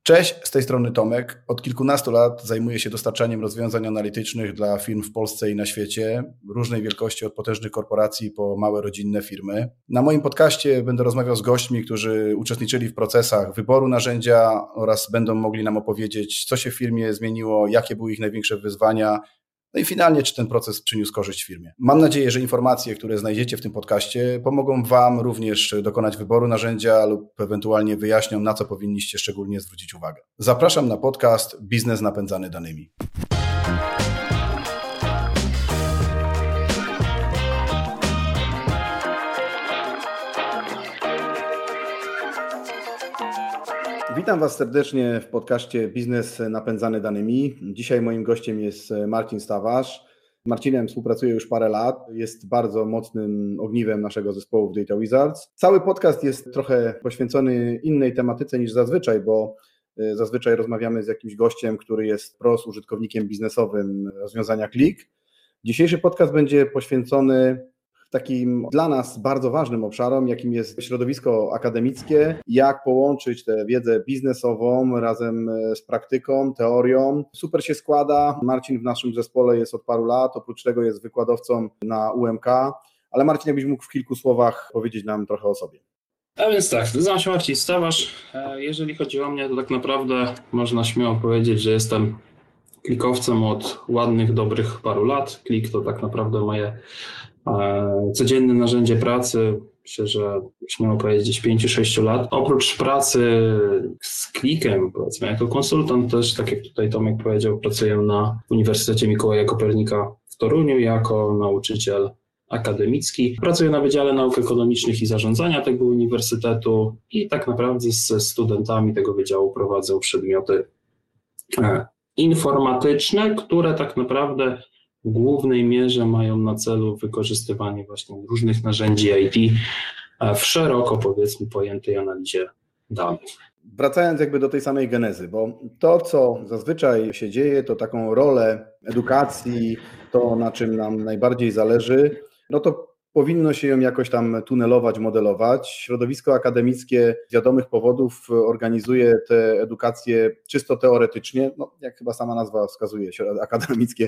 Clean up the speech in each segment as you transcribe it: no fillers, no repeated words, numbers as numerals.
Cześć, z tej strony Tomek. Od kilkunastu lat zajmuję się dostarczaniem rozwiązań analitycznych dla firm w Polsce i na świecie, różnej wielkości, od potężnych korporacji po małe rodzinne firmy. Na moim podcaście będę rozmawiał z gośćmi, którzy uczestniczyli w procesach wyboru narzędzia oraz będą mogli nam opowiedzieć, co się w firmie zmieniło, jakie były ich największe wyzwania, no i finalnie, czy ten proces przyniósł korzyść firmie. Mam nadzieję, że informacje, które znajdziecie w tym podcaście, pomogą Wam również dokonać wyboru narzędzia lub ewentualnie wyjaśnią, na co powinniście szczególnie zwrócić uwagę. Zapraszam na podcast Biznes napędzany danymi. Witam Was serdecznie w podcaście Biznes napędzany danymi. Dzisiaj moim gościem jest Marcin Stawarz. Z Marcinem współpracuję już parę lat. Jest bardzo mocnym ogniwem naszego zespołu w Data Wizards. Cały podcast jest trochę poświęcony innej tematyce niż zazwyczaj, bo zazwyczaj rozmawiamy z jakimś gościem, który jest pros użytkownikiem biznesowym rozwiązania Klik. Dzisiejszy podcast będzie poświęcony takim dla nas bardzo ważnym obszarom, jakim jest środowisko akademickie, jak połączyć tę wiedzę biznesową razem z praktyką, teorią. Super się składa. Marcin w naszym zespole jest od paru lat, oprócz tego jest wykładowcą na UMK, ale Marcin, jakbyś mógł w kilku słowach powiedzieć nam trochę o sobie. A więc tak, nazywam się Marcin Stawarz. Jeżeli chodzi o mnie, to tak naprawdę można śmiało powiedzieć, że jestem klikowcem od ładnych, dobrych paru lat. Klik to tak naprawdę moje codzienne narzędzie pracy, myślę, że śmiało powiedzieć 5-6 lat. Oprócz pracy z Klikiem, powiedzmy jako konsultant też, tak jak tutaj Tomek powiedział, pracuję na Uniwersytecie Mikołaja Kopernika w Toruniu jako nauczyciel akademicki. Pracuję na Wydziale Nauk Ekonomicznych i Zarządzania tego uniwersytetu i tak naprawdę ze studentami tego wydziału prowadzę przedmioty informatyczne, które tak naprawdę w głównej mierze mają na celu wykorzystywanie właśnie różnych narzędzi IT w szeroko, powiedzmy, pojętej analizie danych. Wracając jakby do tej samej genezy, bo to, co zazwyczaj się dzieje, to taką rolę edukacji, to na czym nam najbardziej zależy, no to powinno się ją jakoś tam tunelować, modelować. Środowisko akademickie z wiadomych powodów organizuje tę edukację czysto teoretycznie, no jak chyba sama nazwa wskazuje, akademickie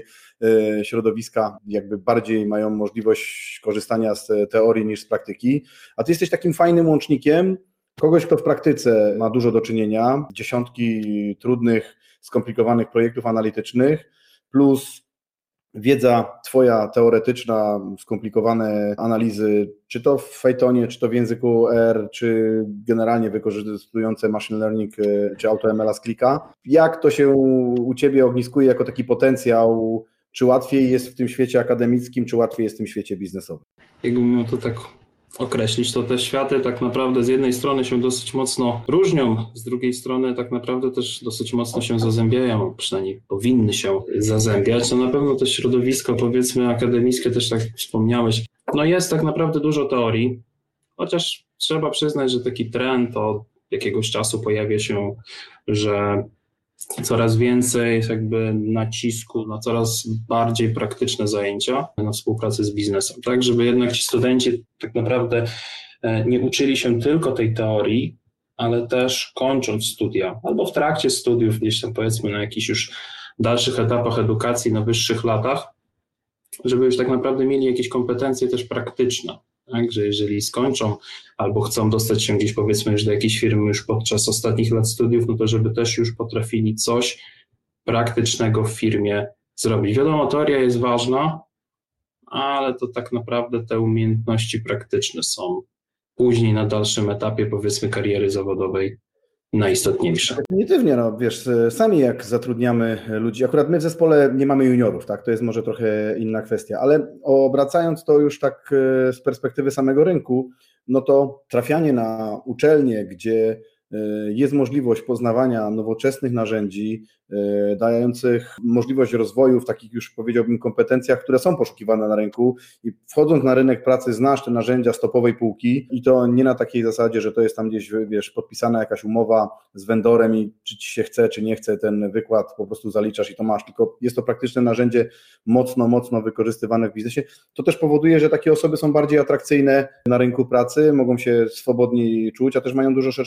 środowiska jakby bardziej mają możliwość korzystania z teorii niż z praktyki, a ty jesteś takim fajnym łącznikiem kogoś, kto w praktyce ma dużo do czynienia, dziesiątki trudnych, skomplikowanych projektów analitycznych, plus wiedza twoja teoretyczna, skomplikowane analizy, czy to w Pythonie, czy to w języku R, czy generalnie wykorzystujące machine learning, czy AutoML z Klika. Jak to się u Ciebie ogniskuje jako taki potencjał? Czy łatwiej jest w tym świecie akademickim, czy łatwiej jest w tym świecie biznesowym? Jakbym miał to tak określić, to te światy tak naprawdę z jednej strony się dosyć mocno różnią, z drugiej strony tak naprawdę też dosyć mocno się zazębiają, przynajmniej powinny się zazębiać. No na pewno to środowisko, powiedzmy, akademickie też, tak jak wspomniałeś, no jest tak naprawdę dużo teorii, chociaż trzeba przyznać, że taki trend od jakiegoś czasu pojawia się, że coraz więcej jakby nacisku na coraz bardziej praktyczne zajęcia na współpracę z biznesem, tak, żeby jednak ci studenci tak naprawdę nie uczyli się tylko tej teorii, ale też kończąc studia albo w trakcie studiów, gdzieś tam powiedzmy na jakichś już dalszych etapach edukacji, na wyższych latach, żeby już tak naprawdę mieli jakieś kompetencje też praktyczne. Tak, że jeżeli skończą albo chcą dostać się gdzieś, powiedzmy, już do jakiejś firmy już podczas ostatnich lat studiów, no to żeby też już potrafili coś praktycznego w firmie zrobić. Wiadomo, teoria jest ważna, ale to tak naprawdę te umiejętności praktyczne są później na dalszym etapie, powiedzmy, kariery zawodowej najistotniejsze. Definitywnie, no wiesz, sami jak zatrudniamy ludzi, akurat my w zespole nie mamy juniorów, tak, to jest może trochę inna kwestia, ale obracając to już tak z perspektywy samego rynku, no to trafianie na uczelnię, gdzie jest możliwość poznawania nowoczesnych narzędzi, dających możliwość rozwoju w takich już, powiedziałbym, kompetencjach, które są poszukiwane na rynku i wchodząc na rynek pracy znasz te narzędzia z topowej półki i to nie na takiej zasadzie, że to jest tam gdzieś, wiesz, podpisana jakaś umowa z vendorem i czy ci się chce, czy nie chce, ten wykład po prostu zaliczasz i to masz, tylko jest to praktyczne narzędzie mocno wykorzystywane w biznesie. To też powoduje, że takie osoby są bardziej atrakcyjne na rynku pracy, mogą się swobodniej czuć, a też mają dużo szersze spektrum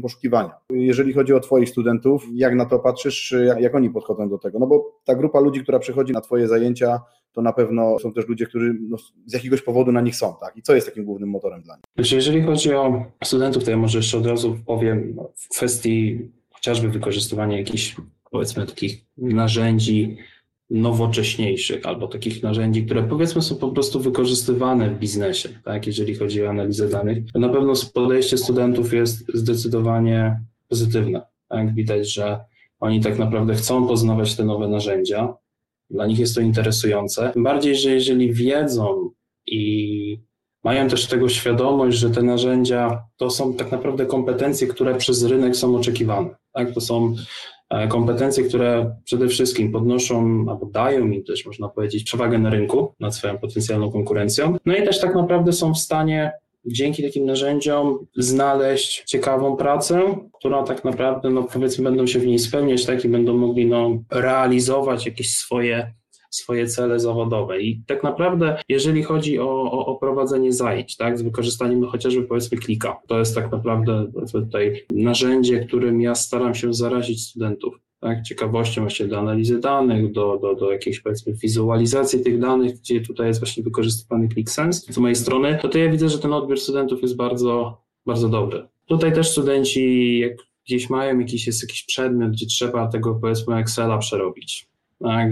poszukiwania. Jeżeli chodzi o Twoich studentów, jak na to patrzysz, jak oni podchodzą do tego? No bo ta grupa ludzi, która przychodzi na Twoje zajęcia, to na pewno są też ludzie, którzy z jakiegoś powodu na nich są, tak? I co jest takim głównym motorem dla nich? Znaczy, jeżeli chodzi o studentów, to ja może jeszcze od razu powiem w kwestii chociażby wykorzystywania jakichś, powiedzmy, takich narzędzi nowocześniejszych albo takich narzędzi, które powiedzmy są po prostu wykorzystywane w biznesie, tak? Jeżeli chodzi o analizę danych, to na pewno podejście studentów jest zdecydowanie pozytywne. Tak? Widać, że oni tak naprawdę chcą poznawać te nowe narzędzia, dla nich jest to interesujące, tym bardziej, że jeżeli wiedzą i mają też tego świadomość, że te narzędzia to są tak naprawdę kompetencje, które przez rynek są oczekiwane. Tak? To są kompetencje, które przede wszystkim podnoszą albo dają im też, można powiedzieć, przewagę na rynku nad swoją potencjalną konkurencją. No i też tak naprawdę są w stanie dzięki takim narzędziom znaleźć ciekawą pracę, która tak naprawdę, no powiedzmy, będą się w niej spełniać, tak, i będą mogli realizować jakieś swoje cele zawodowe. I tak naprawdę, jeżeli chodzi o prowadzenie zajęć, tak, z wykorzystaniem chociażby, powiedzmy, Klika, to jest tak naprawdę tutaj narzędzie, którym ja staram się zarazić studentów, tak, ciekawością właśnie do analizy danych, do jakiejś, powiedzmy, wizualizacji tych danych, gdzie tutaj jest właśnie wykorzystywany ClickSense. Z mojej strony, to ja widzę, że ten odbiór studentów jest bardzo, bardzo dobry. Tutaj też studenci, jak gdzieś mają jakiś przedmiot, gdzie trzeba tego, powiedzmy, Excela przerobić, tak,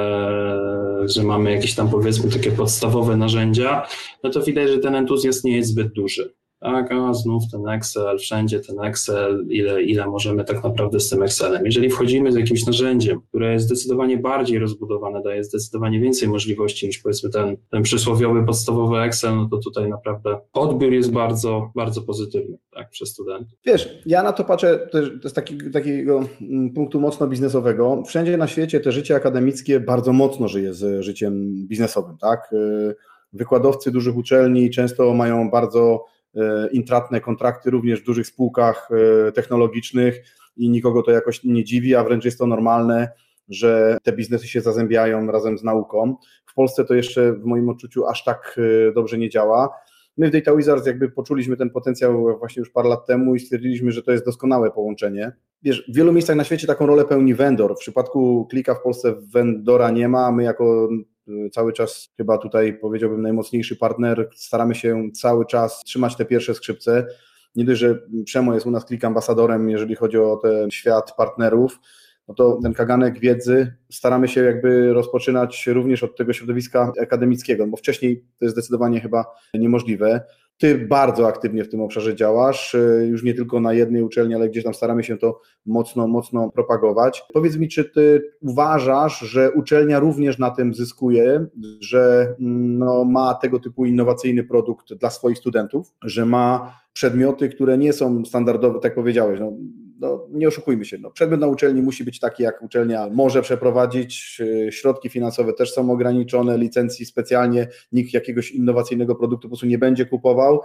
że mamy jakieś tam, powiedzmy, takie podstawowe narzędzia, no to widać, że ten entuzjazm nie jest zbyt duży. Tak, a znów ten Excel, wszędzie ten Excel, ile możemy tak naprawdę z tym Excelem. Jeżeli wchodzimy z jakimś narzędziem, które jest zdecydowanie bardziej rozbudowane, daje zdecydowanie więcej możliwości niż, powiedzmy, ten przysłowiowy podstawowy Excel, no to tutaj naprawdę odbiór jest bardzo, bardzo pozytywny, tak, przez studentów. Wiesz, ja na to patrzę też z takiego punktu mocno biznesowego. Wszędzie na świecie te życie akademickie bardzo mocno żyje z życiem biznesowym, tak? Wykładowcy dużych uczelni często mają bardzo intratne kontrakty również w dużych spółkach technologicznych i nikogo to jakoś nie dziwi, a wręcz jest to normalne, że te biznesy się zazębiają razem z nauką. W Polsce to jeszcze w moim odczuciu aż tak dobrze nie działa. My w Data Wizards jakby poczuliśmy ten potencjał właśnie już parę lat temu i stwierdziliśmy, że to jest doskonałe połączenie. Wiesz, w wielu miejscach na świecie taką rolę pełni vendor. W przypadku Klika w Polsce vendora nie ma, my jako cały czas chyba tutaj powiedziałbym najmocniejszy partner, staramy się cały czas trzymać te pierwsze skrzypce. Nie dość, że Przemo jest u nas Klik ambasadorem, jeżeli chodzi o ten świat partnerów, no to ten kaganek wiedzy staramy się jakby rozpoczynać również od tego środowiska akademickiego, bo wcześniej to jest zdecydowanie chyba niemożliwe. Ty bardzo aktywnie w tym obszarze działasz, już nie tylko na jednej uczelni, ale gdzieś tam staramy się to mocno propagować. Powiedz mi, czy ty uważasz, że uczelnia również na tym zyskuje, że ma tego typu innowacyjny produkt dla swoich studentów, że ma przedmioty, które nie są standardowe, tak powiedziałeś, nie oszukujmy się, przedmiot na uczelni musi być taki, jak uczelnia może przeprowadzić, środki finansowe też są ograniczone, licencji specjalnie nikt jakiegoś innowacyjnego produktu po prostu nie będzie kupował,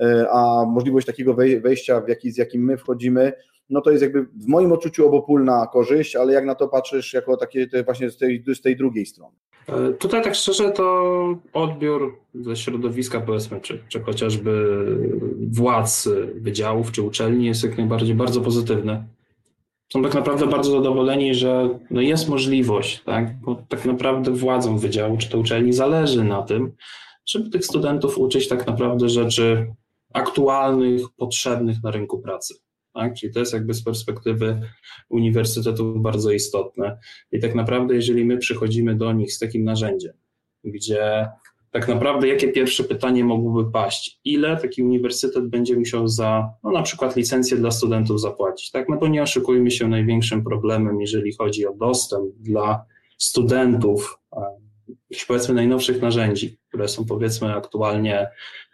a możliwość takiego wejścia, z jakim my wchodzimy, no to jest jakby w moim odczuciu obopólna korzyść, ale jak na to patrzysz jako takie właśnie z tej drugiej strony? Tutaj tak szczerze to odbiór ze środowiska, powiedzmy, czy chociażby władz wydziałów czy uczelni jest jak najbardziej bardzo pozytywny. Są tak naprawdę bardzo zadowoleni, że jest możliwość, tak? Bo tak naprawdę władzom wydziału czy to uczelni zależy na tym, żeby tych studentów uczyć tak naprawdę rzeczy aktualnych, potrzebnych na rynku pracy. Tak? Czyli to jest jakby z perspektywy uniwersytetu bardzo istotne. I tak naprawdę, jeżeli my przychodzimy do nich z takim narzędziem, gdzie tak naprawdę jakie pierwsze pytanie mogłoby paść? Ile taki uniwersytet będzie musiał za na przykład licencję dla studentów zapłacić? Tak? No bo nie oszukujmy się, największym problemem, jeżeli chodzi o dostęp dla studentów, powiedzmy najnowszych narzędzi, które są powiedzmy aktualnie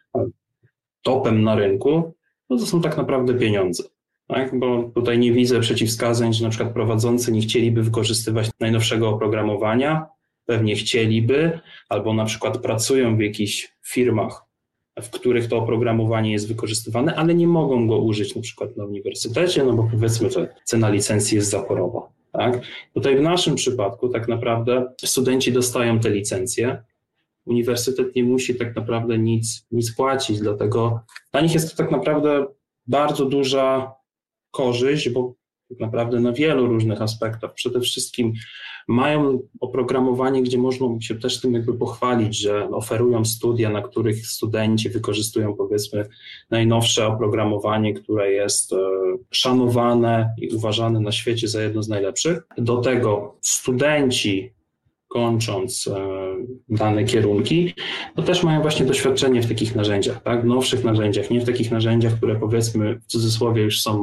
topem na rynku, to są tak naprawdę pieniądze. Tak? Bo tutaj nie widzę przeciwwskazań, że na przykład prowadzący nie chcieliby wykorzystywać najnowszego oprogramowania, pewnie chcieliby, albo na przykład pracują w jakichś firmach, w których to oprogramowanie jest wykorzystywane, ale nie mogą go użyć na przykład na uniwersytecie, bo powiedzmy, że cena licencji jest zaporowa. Tak? Tutaj w naszym przypadku tak naprawdę studenci dostają te licencje, uniwersytet nie musi tak naprawdę nic płacić, dlatego dla nich jest to tak naprawdę bardzo duża korzyść, bo tak naprawdę na wielu różnych aspektach. Przede wszystkim mają oprogramowanie, gdzie można się też tym jakby pochwalić, że oferują studia, na których studenci wykorzystują powiedzmy najnowsze oprogramowanie, które jest szanowane i uważane na świecie za jedno z najlepszych. Do tego studenci, kończąc dane kierunki, to też mają właśnie doświadczenie w takich narzędziach, tak? W nowszych narzędziach, nie w takich narzędziach, które powiedzmy w cudzysłowie już są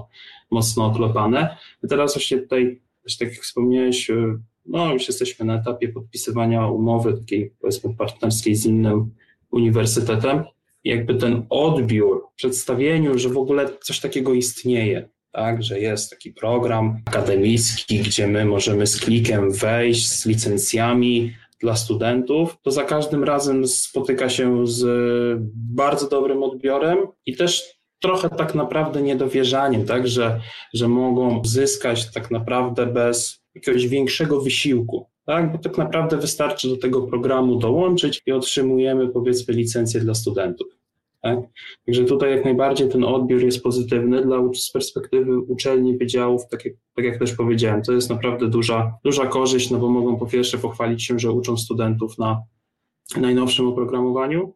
mocno oklepane. I teraz właśnie tutaj, tak jak wspomniałeś, no już jesteśmy na etapie podpisywania umowy takiej powiedzmy partnerskiej z innym uniwersytetem. Jakby ten odbiór, przedstawieniu, że w ogóle coś takiego istnieje, tak, że jest taki program akademicki, gdzie my możemy z klikiem wejść z licencjami dla studentów, to za każdym razem spotyka się z bardzo dobrym odbiorem i też trochę tak naprawdę niedowierzaniem, tak, że mogą zyskać tak naprawdę bez jakiegoś większego wysiłku. Tak, bo tak naprawdę wystarczy do tego programu dołączyć i otrzymujemy powiedzmy licencję dla studentów. Tak? Także tutaj jak najbardziej ten odbiór jest pozytywny z perspektywy uczelni, wydziałów, tak jak też powiedziałem, to jest naprawdę duża korzyść, no bo mogą po pierwsze pochwalić się, że uczą studentów na najnowszym oprogramowaniu,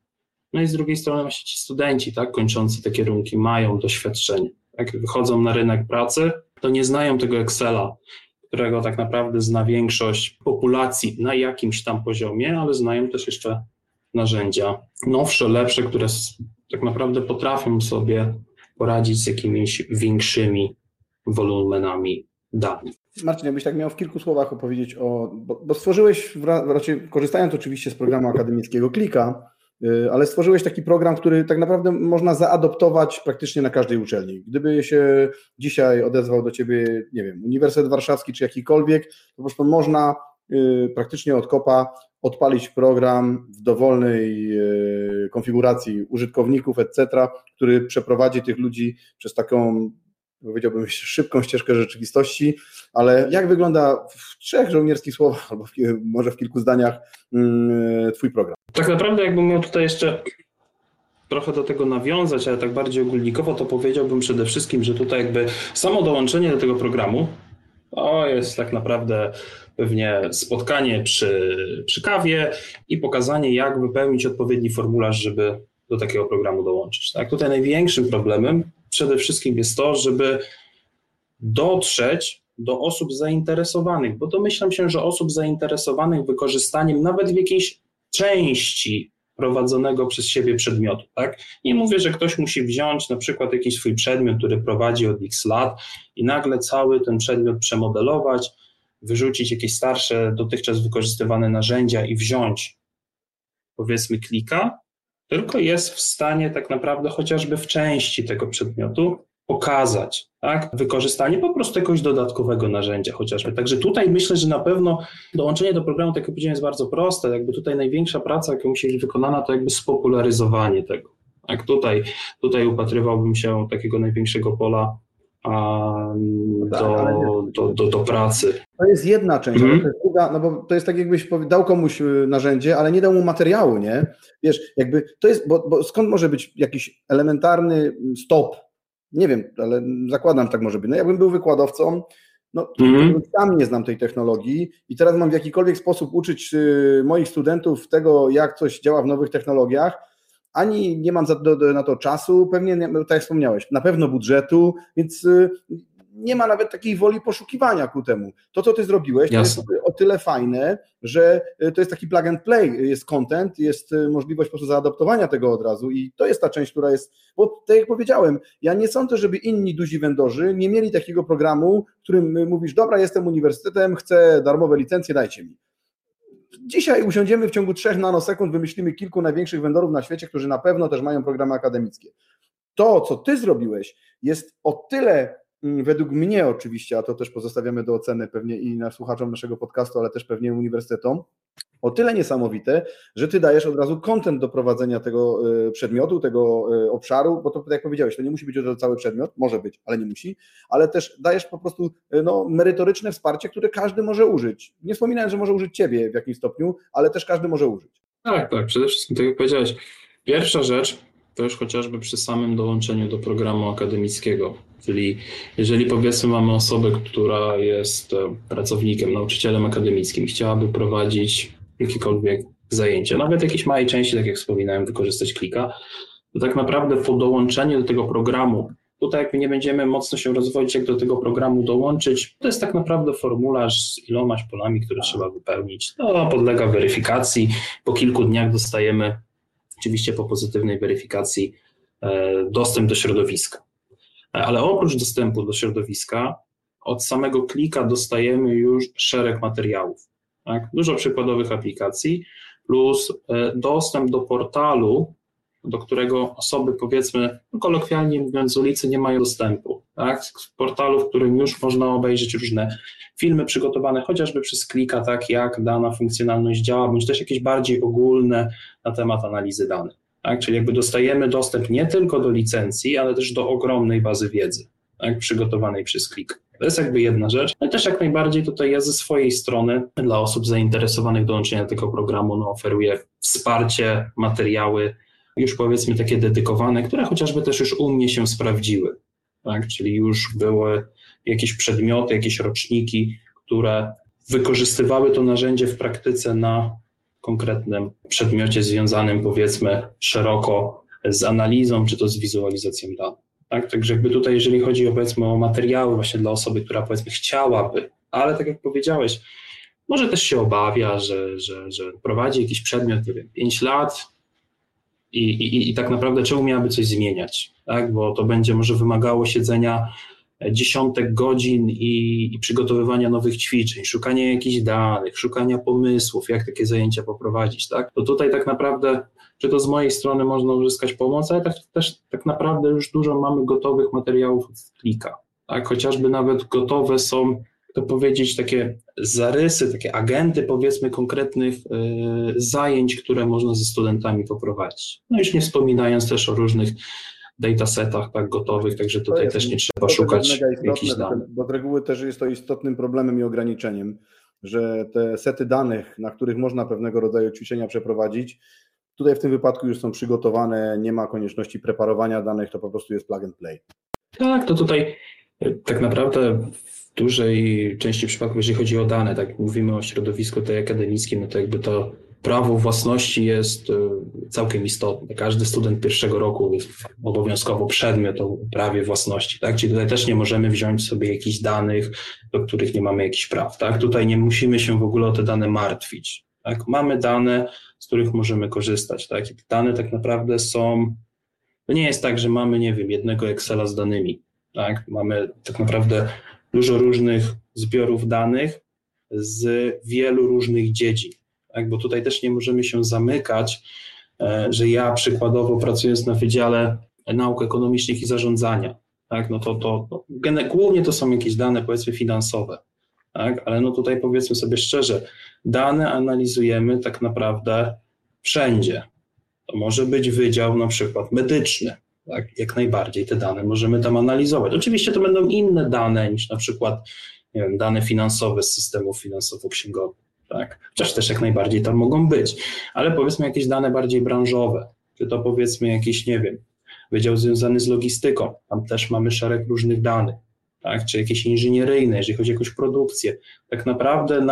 no i z drugiej strony właśnie ci studenci, tak, kończący te kierunki mają doświadczenie. Jak wychodzą na rynek pracy, to nie znają tego Excela, którego tak naprawdę zna większość populacji na jakimś tam poziomie, ale znają też jeszcze narzędzia nowsze, lepsze, które tak naprawdę potrafią sobie poradzić z jakimiś większymi wolumenami danych. Marcin, jakbyś tak miał w kilku słowach opowiedzieć bo stworzyłeś, raczej korzystając oczywiście z programu akademickiego Klika, ale stworzyłeś taki program, który tak naprawdę można zaadoptować praktycznie na każdej uczelni. Gdyby się dzisiaj odezwał do Ciebie, nie wiem, Uniwersytet Warszawski czy jakikolwiek, to po prostu można praktycznie od kopa odpalić program w dowolnej konfiguracji użytkowników, etc., który przeprowadzi tych ludzi przez taką, powiedziałbym, szybką ścieżkę rzeczywistości, ale jak wygląda w 3 żołnierskich słowach, albo może w kilku zdaniach Twój program? Tak naprawdę jakbym miał tutaj jeszcze trochę do tego nawiązać, ale tak bardziej ogólnikowo, to powiedziałbym przede wszystkim, że tutaj jakby samo dołączenie do tego programu to jest tak naprawdę pewnie spotkanie przy kawie i pokazanie, jak wypełnić odpowiedni formularz, żeby do takiego programu dołączyć. Tak? Tutaj największym problemem przede wszystkim jest to, żeby dotrzeć do osób zainteresowanych, bo domyślam się, że osób zainteresowanych wykorzystaniem nawet w jakiejś części prowadzonego przez siebie przedmiotu. Tak? Nie mówię, że ktoś musi wziąć na przykład jakiś swój przedmiot, który prowadzi od x lat i nagle cały ten przedmiot przemodelować, wyrzucić jakieś starsze, dotychczas wykorzystywane narzędzia i wziąć, powiedzmy, Klika, tylko jest w stanie tak naprawdę chociażby w części tego przedmiotu pokazać, tak, wykorzystanie po prostu jakiegoś dodatkowego narzędzia chociażby. Także tutaj myślę, że na pewno dołączenie do programu, tak jak powiedziałem, jest bardzo proste. Jakby tutaj największa praca, jaka musi być wykonana, to jakby spopularyzowanie tego. Tak, tutaj upatrywałbym się takiego największego pola do pracy. To jest jedna część, ale to jest druga, no bo to jest tak, jakbyś dał komuś narzędzie, ale nie dał mu materiału, nie? Wiesz, jakby to jest, bo skąd może być jakiś elementarny stop? Nie wiem, ale zakładam, że tak może być. No jakbym był wykładowcą, no sam nie znam tej technologii i teraz mam w jakikolwiek sposób uczyć moich studentów tego, jak coś działa w nowych technologiach, ani nie mam na to czasu, pewnie, tak jak wspomniałeś, na pewno budżetu, więc nie ma nawet takiej woli poszukiwania ku temu. To, co ty zrobiłeś, to jest o tyle fajne, że to jest taki plug and play, jest content, jest możliwość po prostu zaadoptowania tego od razu i to jest ta część, która jest, bo tak jak powiedziałem, ja nie sądzę, żeby inni duzi vendorzy nie mieli takiego programu, w którym mówisz, dobra, jestem uniwersytetem, chcę darmowe licencje, dajcie mi. Dzisiaj usiądziemy w ciągu 3 nanosekund, wymyślimy kilku największych vendorów na świecie, którzy na pewno też mają programy akademickie. To, co ty zrobiłeś, jest o tyle, według mnie oczywiście, a to też pozostawiamy do oceny pewnie i słuchaczom naszego podcastu, ale też pewnie uniwersytetom, o tyle niesamowite, że ty dajesz od razu content do prowadzenia tego przedmiotu, tego obszaru, bo to tak jak powiedziałeś, to nie musi być od razu cały przedmiot, może być, ale nie musi, ale też dajesz po prostu merytoryczne wsparcie, które każdy może użyć. Nie wspominając, że może użyć ciebie w jakimś stopniu, ale też każdy może użyć. Tak, przede wszystkim tak jak powiedziałeś, pierwsza rzecz, To już chociażby przy samym dołączeniu do programu akademickiego, czyli jeżeli powiedzmy mamy osobę, która jest pracownikiem, nauczycielem akademickim, chciałaby prowadzić jakiekolwiek zajęcia, nawet jakieś małej części, tak jak wspominałem, wykorzystać Klika, to tak naprawdę po dołączeniu do tego programu, tutaj jakby nie będziemy mocno się rozwodzić, jak do tego programu dołączyć, to jest tak naprawdę formularz z ilomaś polami, które trzeba wypełnić. No, podlega weryfikacji, po kilku dniach dostajemy, oczywiście po pozytywnej weryfikacji, dostęp do środowiska. Ale oprócz dostępu do środowiska, od samego Klika dostajemy już szereg materiałów. Tak? Dużo przykładowych aplikacji, plus dostęp do portalu, do którego osoby, powiedzmy, kolokwialnie mówiąc, z ulicy nie mają dostępu. Tak? Z portalu, w którym już można obejrzeć różne filmy przygotowane chociażby przez Klika, tak jak dana funkcjonalność działa, bądź też jakieś bardziej ogólne na temat analizy danych. Tak? Czyli jakby dostajemy dostęp nie tylko do licencji, ale też do ogromnej bazy wiedzy, tak? Przygotowanej przez Klika. To jest jakby jedna rzecz. No i też jak najbardziej tutaj ja ze swojej strony dla osób zainteresowanych dołączeniem do tego programu oferuję wsparcie, materiały, już powiedzmy takie dedykowane, które chociażby też już u mnie się sprawdziły. Tak? Czyli już były jakieś przedmioty, jakieś roczniki, które wykorzystywały to narzędzie w praktyce na konkretnym przedmiocie związanym, powiedzmy, szeroko z analizą, czy to z wizualizacją danych. Tak? Także jakby tutaj, jeżeli chodzi powiedzmy o materiały właśnie dla osoby, która powiedzmy chciałaby, ale tak jak powiedziałeś, może też się obawia, że prowadzi jakiś przedmiot, nie wiem, 5 lat, i tak naprawdę czemu miałaby coś zmieniać, tak? Bo to będzie może wymagało siedzenia dziesiątek godzin i przygotowywania nowych ćwiczeń, szukania jakichś danych, szukania pomysłów, jak takie zajęcia poprowadzić, tak? To tutaj tak naprawdę, czy to z mojej strony można uzyskać pomoc, ale też tak naprawdę już dużo mamy gotowych materiałów od Klika, tak? Chociażby nawet gotowe są, to powiedzieć, takie zarysy, takie agendy, powiedzmy, konkretnych zajęć, które można ze studentami poprowadzić. No już nie wspominając też o różnych datasetach tak gotowych, także tutaj też nie trzeba szukać jakichś danych. Bo z reguły też jest to istotnym problemem i ograniczeniem, że te sety danych, na których można pewnego rodzaju ćwiczenia przeprowadzić, tutaj w tym wypadku już są przygotowane, nie ma konieczności preparowania danych, to po prostu jest plug and play. Tak, to tutaj tak naprawdę w dużej części przypadków, jeżeli chodzi o dane, tak mówimy o środowisku tej akademickim, no to jakby to prawo własności jest całkiem istotne. Każdy student pierwszego roku jest obowiązkowo przedmiot o prawie własności, tak? Czyli tutaj też nie możemy wziąć sobie jakichś danych, do których nie mamy jakichś praw, tak? Tutaj nie musimy się w ogóle o te dane martwić, tak? Mamy dane, z których możemy korzystać, tak? I te dane tak naprawdę są, to nie jest tak, że mamy, nie wiem, jednego Excela z danymi, tak? Mamy tak naprawdę dużo różnych zbiorów danych z wielu różnych dziedzin, tak? Bo tutaj też nie możemy się zamykać, że ja przykładowo pracując na Wydziale Nauk Ekonomicznych i Zarządzania, tak? No to głównie to są jakieś dane, powiedzmy, finansowe, tak? Ale no tutaj powiedzmy sobie szczerze, dane analizujemy tak naprawdę wszędzie. To może być wydział na przykład medyczny, tak? Jak najbardziej te dane możemy tam analizować. Oczywiście to będą inne dane niż na przykład, nie wiem, dane finansowe z systemów finansowo-księgowych, tak? Chociaż też jak najbardziej tam mogą być, ale powiedzmy jakieś dane bardziej branżowe, czy to powiedzmy jakiś, nie wiem, wydział związany z logistyką, tam też mamy szereg różnych danych, tak? Czy jakieś inżynieryjne, jeżeli chodzi o jakąś produkcję. Tak naprawdę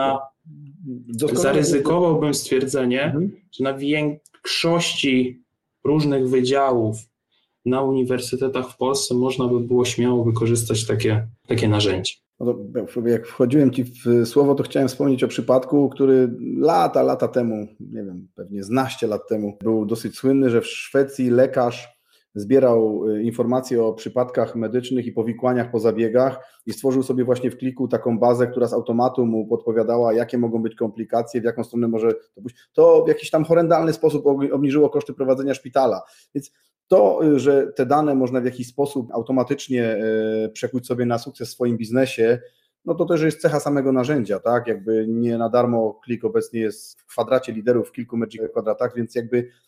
zaryzykowałbym stwierdzenie, że na większości różnych wydziałów na uniwersytetach w Polsce można by było śmiało wykorzystać takie narzędzie. No to jak wchodziłem Ci w słowo, to chciałem wspomnieć o przypadku, który lata temu, nie wiem, pewnie 12 lat temu, był dosyć słynny, że w Szwecji lekarz zbierał informacje o przypadkach medycznych i powikłaniach po zabiegach i stworzył sobie właśnie w Kliku taką bazę, która z automatu mu podpowiadała, jakie mogą być komplikacje, w jaką stronę może to pójść. To w jakiś tam horrendalny sposób obniżyło koszty prowadzenia szpitala. Więc to, że te dane można w jakiś sposób automatycznie przekuć sobie na sukces w swoim biznesie, no to też jest cecha samego narzędzia, tak? Jakby nie na darmo Klik obecnie jest w kwadracie liderów w kilku Magic Kwadratach, więc jakby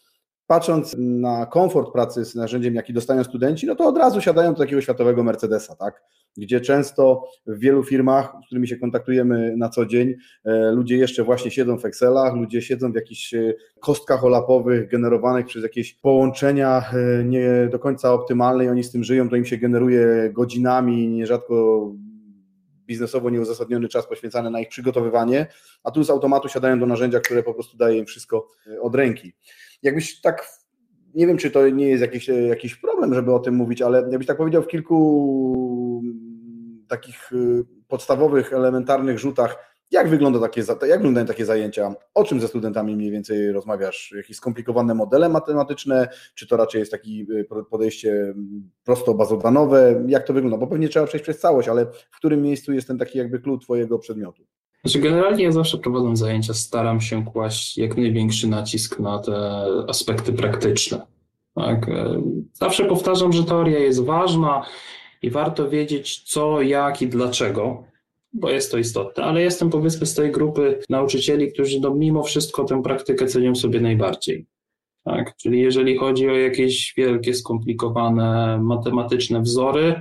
patrząc na komfort pracy z narzędziem, jaki dostają studenci, no to od razu siadają do takiego światowego Mercedesa, tak? Gdzie często w wielu firmach, z którymi się kontaktujemy na co dzień, ludzie jeszcze właśnie siedzą w Excelach, ludzie siedzą w jakichś kostkach olapowych generowanych przez jakieś połączenia nie do końca optymalne i oni z tym żyją, to im się generuje godzinami, nierzadko biznesowo nieuzasadniony czas poświęcany na ich przygotowywanie, a tu z automatu siadają do narzędzia, które po prostu daje im wszystko od ręki. Jakbyś tak, nie wiem, czy to nie jest jakiś problem, żeby o tym mówić, ale jakbyś tak powiedział w kilku takich podstawowych, elementarnych rzutach, jak wyglądają takie zajęcia? O czym ze studentami mniej więcej rozmawiasz? Jakieś skomplikowane modele matematyczne? Czy to raczej jest takie podejście prosto bazodanowe? Jak to wygląda? Bo pewnie trzeba przejść przez całość, ale w którym miejscu jest ten taki jakby klucz twojego przedmiotu? Znaczy generalnie ja zawsze prowadząc zajęcia staram się kłaść jak największy nacisk na te aspekty praktyczne. Tak? Zawsze powtarzam, że teoria jest ważna i warto wiedzieć co, jak i dlaczego, bo jest to istotne, ale jestem powiedzmy z tej grupy nauczycieli, którzy mimo wszystko tę praktykę cenią sobie najbardziej. Tak? Czyli jeżeli chodzi o jakieś wielkie, skomplikowane matematyczne wzory,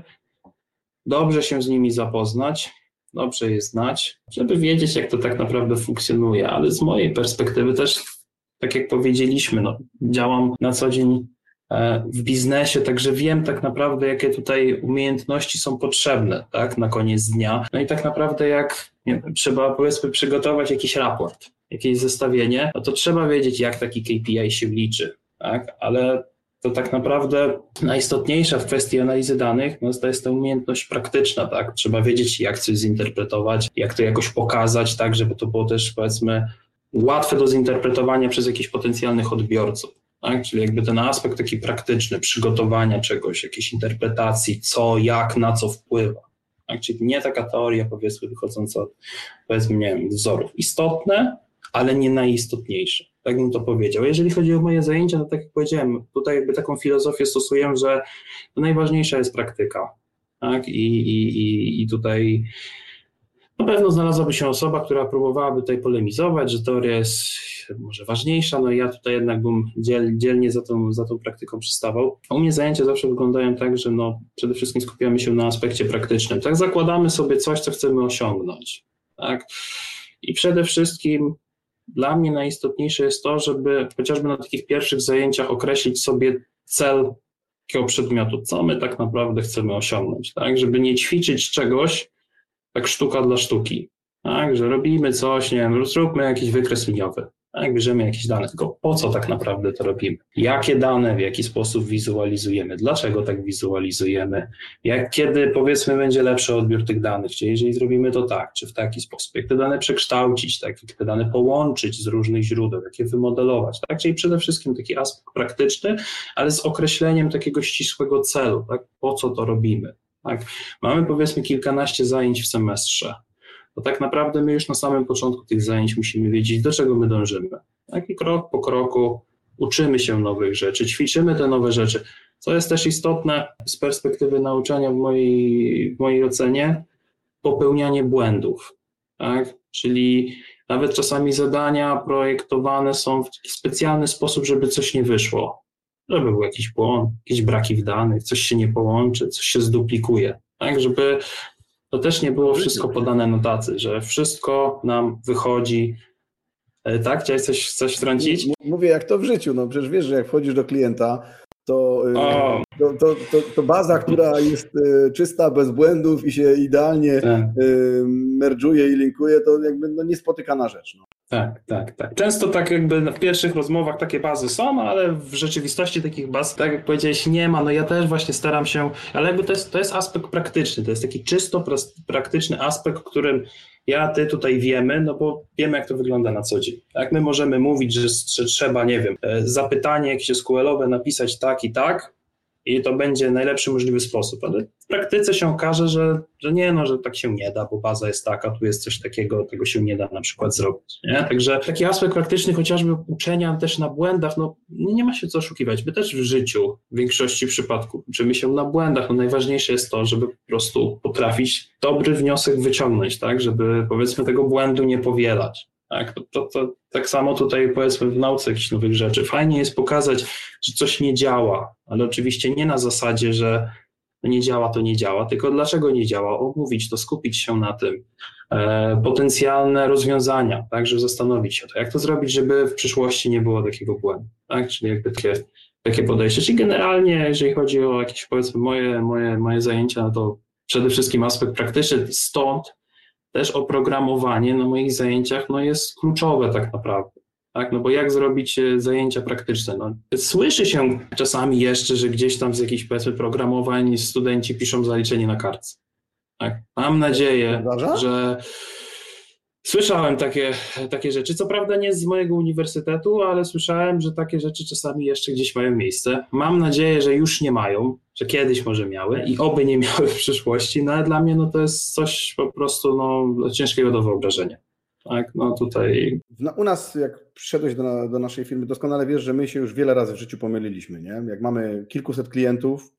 dobrze się z nimi zapoznać, dobrze je znać, żeby wiedzieć, jak to tak naprawdę funkcjonuje, ale z mojej perspektywy też, tak jak powiedzieliśmy, działam na co dzień w biznesie, także wiem tak naprawdę, jakie tutaj umiejętności są potrzebne, tak, na koniec dnia. No i tak naprawdę trzeba powiedzmy przygotować jakiś raport, jakieś zestawienie, no to trzeba wiedzieć, jak taki KPI się liczy, tak, ale to tak naprawdę najistotniejsza w kwestii analizy danych to jest ta umiejętność praktyczna, tak? Trzeba wiedzieć, jak coś zinterpretować, jak to jakoś pokazać, tak, żeby to było też powiedzmy łatwe do zinterpretowania przez jakichś potencjalnych odbiorców. Tak? Czyli jakby ten aspekt taki praktyczny, przygotowania czegoś, jakiejś interpretacji, co, jak, na co wpływa. Tak? Czyli nie taka teoria powiedzmy wychodząca od powiedzmy, nie wiem, wzorów. Istotne, ale nie najistotniejsze. Tak bym to powiedział. Jeżeli chodzi o moje zajęcia, to tak jak powiedziałem, tutaj jakby taką filozofię stosuję, że najważniejsza jest praktyka. Tak? I tutaj na pewno znalazłaby się osoba, która próbowałaby tutaj polemizować, że teoria jest może ważniejsza, no i ja tutaj jednak bym dzielnie za tą praktyką przystawał. U mnie zajęcia zawsze wyglądają tak, że przede wszystkim skupiamy się na aspekcie praktycznym. Tak, zakładamy sobie coś, co chcemy osiągnąć. Tak? I przede wszystkim dla mnie najistotniejsze jest to, żeby chociażby na takich pierwszych zajęciach określić sobie cel takiego przedmiotu, co my tak naprawdę chcemy osiągnąć, tak? Żeby nie ćwiczyć czegoś tak sztuka dla sztuki, tak? Że robimy coś, nie wiem, zróbmy jakiś wykres liniowy, tak? Bierzemy jakieś dane, tylko po co tak naprawdę to robimy? Jakie dane, w jaki sposób wizualizujemy, dlaczego tak wizualizujemy, kiedy powiedzmy będzie lepszy odbiór tych danych, czy jeżeli zrobimy to tak, czy w taki sposób, jak te dane przekształcić, tak? Jak te dane połączyć z różnych źródeł, jak je wymodelować, tak? Czyli przede wszystkim taki aspekt praktyczny, ale z określeniem takiego ścisłego celu, tak? Po co to robimy, tak? Mamy powiedzmy kilkanaście zajęć w semestrze. To tak naprawdę my już na samym początku tych zajęć musimy wiedzieć, do czego my dążymy. Tak? I krok po kroku uczymy się nowych rzeczy, ćwiczymy te nowe rzeczy. Co jest też istotne z perspektywy nauczania w mojej ocenie, popełnianie błędów. Tak? Czyli nawet czasami zadania projektowane są w taki specjalny sposób, żeby coś nie wyszło. Żeby był jakiś błąd, jakieś braki w danych, coś się nie połączy, coś się zduplikuje. Tak? Żeby to też nie było wszystko podane na tacy, że wszystko nam wychodzi. Tak? Chciałeś coś wtrącić? Mówię, jak to w życiu. No przecież wiesz, że jak wchodzisz do klienta, to baza, która jest czysta, bez błędów i się idealnie merdżuje i linkuje, to jakby niespotykana rzecz. No. Tak. Często tak jakby w pierwszych rozmowach takie bazy są, ale w rzeczywistości takich baz, tak jak powiedziałeś, nie ma. No ja też właśnie staram się, ale jakby to jest aspekt praktyczny, to jest taki czysto praktyczny aspekt, o którym ty tutaj wiemy, no bo wiemy, jak to wygląda na co dzień. Tak? My możemy mówić, że trzeba, nie wiem, zapytanie jakieś SQL-owe napisać tak i tak, i to będzie najlepszy możliwy sposób, ale w praktyce się okaże, że że tak się nie da, bo baza jest taka, tu jest coś takiego, tego się nie da na przykład zrobić. Nie? Także taki aspekt praktyczny, chociażby uczenia też na błędach, nie ma się co oszukiwać. My też w życiu w większości przypadków uczymy się na błędach. Najważniejsze jest to, żeby po prostu potrafić dobry wniosek wyciągnąć, tak, żeby powiedzmy tego błędu nie powielać. To tak samo tutaj powiedzmy w nauce jakichś nowych rzeczy. Fajnie jest pokazać, że coś nie działa, ale oczywiście nie na zasadzie, że nie działa, to nie działa, tylko dlaczego nie działa, omówić to, skupić się na tym, potencjalne rozwiązania, tak, żeby zastanowić się to, jak to zrobić, żeby w przyszłości nie było takiego błędu, tak, czyli jakby takie podejście, czyli generalnie, jeżeli chodzi o jakieś powiedzmy moje zajęcia, no to przede wszystkim aspekt praktyczny, stąd też oprogramowanie na moich zajęciach no jest kluczowe tak naprawdę. Tak, no bo jak zrobić zajęcia praktyczne? No, słyszy się czasami jeszcze, że gdzieś tam z jakichś powiedzmy programowań studenci piszą zaliczenie na kartce. Tak? Mam nadzieję, że słyszałem takie rzeczy. Co prawda nie z mojego uniwersytetu, ale słyszałem, że takie rzeczy czasami jeszcze gdzieś mają miejsce. Mam nadzieję, że już nie mają, że kiedyś może miały i oby nie miały w przyszłości, no ale dla mnie no to jest coś po prostu ciężkiego do wyobrażenia. Tak, no tutaj... U nas, jak przyszedłeś do naszej firmy, doskonale wiesz, że my się już wiele razy w życiu pomyliliśmy, nie? Jak mamy kilkuset klientów,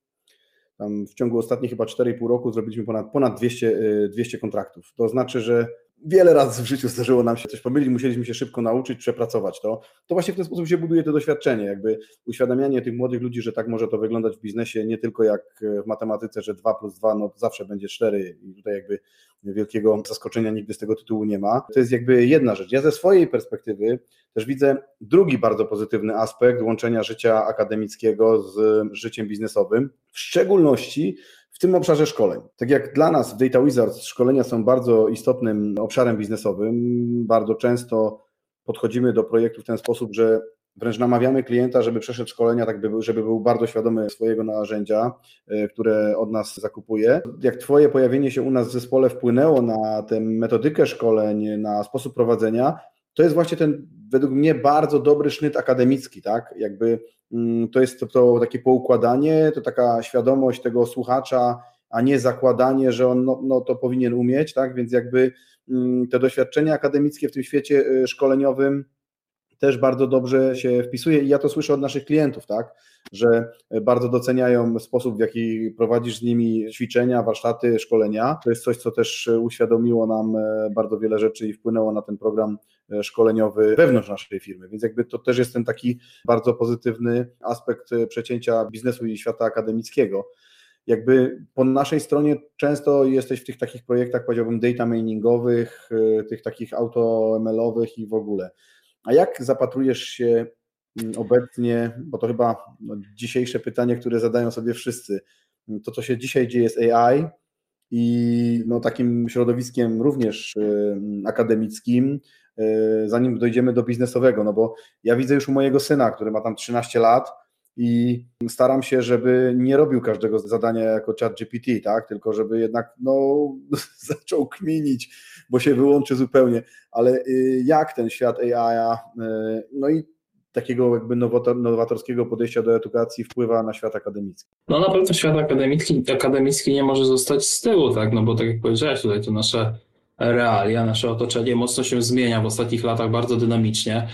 tam w ciągu ostatnich chyba 4,5 roku zrobiliśmy ponad 200 kontraktów. To znaczy, że wiele razy w życiu zdarzyło nam się coś pomylić, musieliśmy się szybko nauczyć, przepracować to. To właśnie w ten sposób się buduje to doświadczenie, jakby uświadamianie tych młodych ludzi, że tak może to wyglądać w biznesie, nie tylko jak w matematyce, że 2 + 2 no to zawsze będzie 4 i tutaj jakby wielkiego zaskoczenia nigdy z tego tytułu nie ma. To jest jakby jedna rzecz. Ja ze swojej perspektywy też widzę drugi bardzo pozytywny aspekt łączenia życia akademickiego z życiem biznesowym, w szczególności w tym obszarze szkoleń. Tak jak dla nas w Data Wizards szkolenia są bardzo istotnym obszarem biznesowym, bardzo często podchodzimy do projektu w ten sposób, że wręcz namawiamy klienta, żeby przeszedł szkolenia, tak żeby był bardzo świadomy swojego narzędzia, które od nas zakupuje. Jak Twoje pojawienie się u nas w zespole wpłynęło na tę metodykę szkoleń, na sposób prowadzenia, to jest właśnie ten według mnie bardzo dobry sznyt akademicki, tak? Jakby to jest to takie poukładanie, to taka świadomość tego słuchacza, a nie zakładanie, że on to powinien umieć, tak? Więc jakby te doświadczenie akademickie w tym świecie szkoleniowym też bardzo dobrze się wpisuje i ja to słyszę od naszych klientów, tak, że bardzo doceniają sposób, w jaki prowadzisz z nimi ćwiczenia, warsztaty, szkolenia. To jest coś, co też uświadomiło nam bardzo wiele rzeczy i wpłynęło na ten program szkoleniowy wewnątrz naszej firmy, więc jakby to też jest ten taki bardzo pozytywny aspekt przecięcia biznesu i świata akademickiego. Jakby po naszej stronie często jesteś w tych takich projektach, powiedziałbym, data miningowych, tych takich auto-ML-owych i w ogóle. A jak zapatrujesz się obecnie, bo to chyba dzisiejsze pytanie, które zadają sobie wszyscy, to co się dzisiaj dzieje z AI i takim środowiskiem również akademickim, zanim dojdziemy do biznesowego, no bo ja widzę już u mojego syna, który ma tam 13 lat i staram się, żeby nie robił każdego zadania jako ChatGPT, tak? Tylko żeby jednak zaczął kminić, bo się wyłączy zupełnie, ale jak ten świat AI, no i takiego jakby nowatorskiego podejścia do edukacji wpływa na świat akademicki? No na pewno świat akademicki nie może zostać z tyłu, tak? No bo tak jak powiedziałeś, tutaj to nasze realia, nasze otoczenie mocno się zmienia w ostatnich latach bardzo dynamicznie.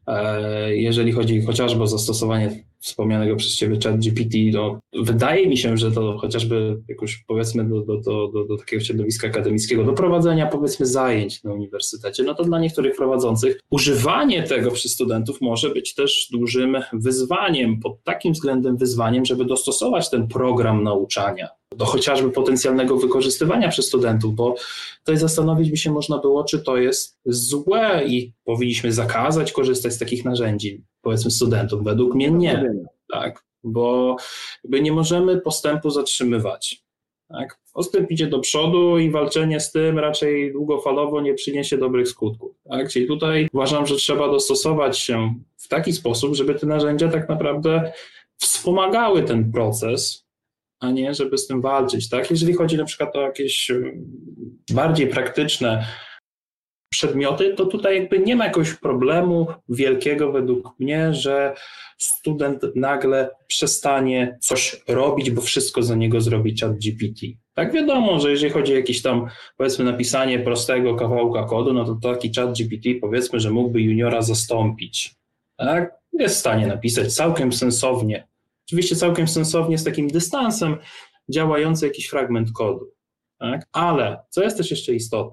Jeżeli chodzi chociażby o zastosowanie wspomnianego przez Ciebie ChatGPT, to wydaje mi się, że to chociażby jakoś powiedzmy do takiego środowiska akademickiego, do prowadzenia powiedzmy zajęć na uniwersytecie, no to dla niektórych prowadzących używanie tego przez studentów może być też dużym wyzwaniem, pod takim względem wyzwaniem, żeby dostosować ten program nauczania do chociażby potencjalnego wykorzystywania przez studentów, bo tutaj zastanowić by się można było, czy to jest złe i powinniśmy zakazać korzystać z takich narzędzi, powiedzmy studentów. Według mnie nie, tak, bo nie możemy postępu zatrzymywać. Tak? Postęp idzie do przodu i walczenie z tym raczej długofalowo nie przyniesie dobrych skutków. Tak? Czyli tutaj uważam, że trzeba dostosować się w taki sposób, żeby te narzędzia tak naprawdę wspomagały ten proces, a nie żeby z tym walczyć. Tak? Jeżeli chodzi na przykład o jakieś bardziej praktyczne przedmioty, to tutaj jakby nie ma jakiegoś problemu wielkiego według mnie, że student nagle przestanie coś robić, bo wszystko za niego zrobi ChatGPT. Tak, wiadomo, że jeżeli chodzi o jakieś tam powiedzmy napisanie prostego kawałka kodu, no to taki ChatGPT powiedzmy, że mógłby juniora zastąpić. Tak? Jest w stanie napisać całkiem sensownie. Oczywiście całkiem sensownie z takim dystansem działający jakiś fragment kodu. Tak? Ale co jest też jeszcze istotne,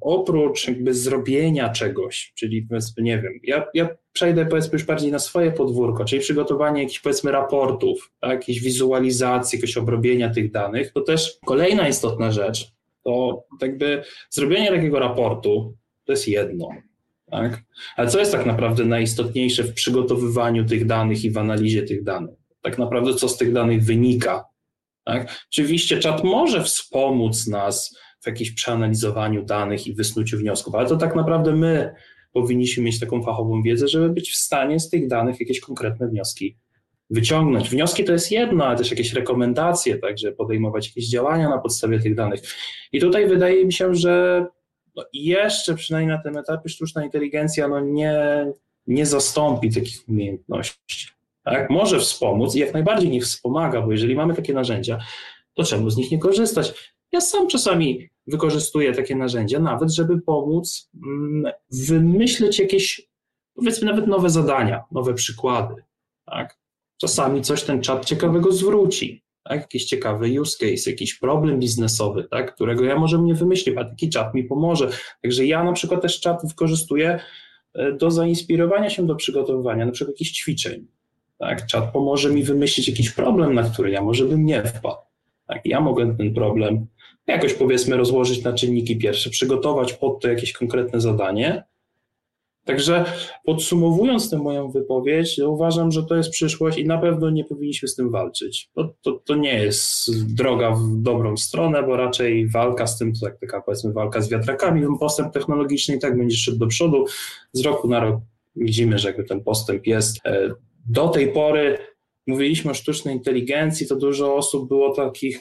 oprócz jakby zrobienia czegoś, czyli powiedzmy, nie wiem, ja przejdę powiedzmy już bardziej na swoje podwórko, czyli przygotowanie jakichś powiedzmy raportów, tak, jakiejś wizualizacji, jakiegoś obrobienia tych danych, to też kolejna istotna rzecz, to jakby zrobienie takiego raportu to jest jedno, tak? Ale co jest tak naprawdę najistotniejsze w przygotowywaniu tych danych i w analizie tych danych? Tak naprawdę co z tych danych wynika? Tak? Oczywiście czat może wspomóc nas w jakimś przeanalizowaniu danych i wysnuciu wniosków, ale to tak naprawdę my powinniśmy mieć taką fachową wiedzę, żeby być w stanie z tych danych jakieś konkretne wnioski wyciągnąć. Wnioski to jest jedno, ale też jakieś rekomendacje, tak, żeby podejmować jakieś działania na podstawie tych danych. I tutaj wydaje mi się, że jeszcze przynajmniej na tym etapie sztuczna inteligencja nie zastąpi takich umiejętności. Tak? Może wspomóc i jak najbardziej niech wspomaga, bo jeżeli mamy takie narzędzia, to czemu z nich nie korzystać? Ja sam czasami wykorzystuję takie narzędzia, nawet żeby pomóc wymyśleć jakieś, powiedzmy nawet nowe zadania, nowe przykłady. Tak? Czasami coś ten czat ciekawego zwróci, tak? Jakiś ciekawy use case, jakiś problem biznesowy, tak? Którego ja może nie wymyślił, a taki czat mi pomoże. Także ja na przykład też czat wykorzystuję do zainspirowania się do przygotowywania na przykład jakichś ćwiczeń. Tak? Czat pomoże mi wymyślić jakiś problem, na który ja może bym nie wpadł. Tak? Ja mogę ten problem jakoś powiedzmy rozłożyć na czynniki pierwsze, przygotować pod to jakieś konkretne zadanie. Także podsumowując tę moją wypowiedź, uważam, że to jest przyszłość i na pewno nie powinniśmy z tym walczyć. To nie jest droga w dobrą stronę, bo raczej walka z tym, to tak taka powiedzmy walka z wiatrakami, postęp technologiczny i tak będzie szedł do przodu. Z roku na rok widzimy, że jakby ten postęp jest. Do tej pory mówiliśmy o sztucznej inteligencji, to dużo osób było takich,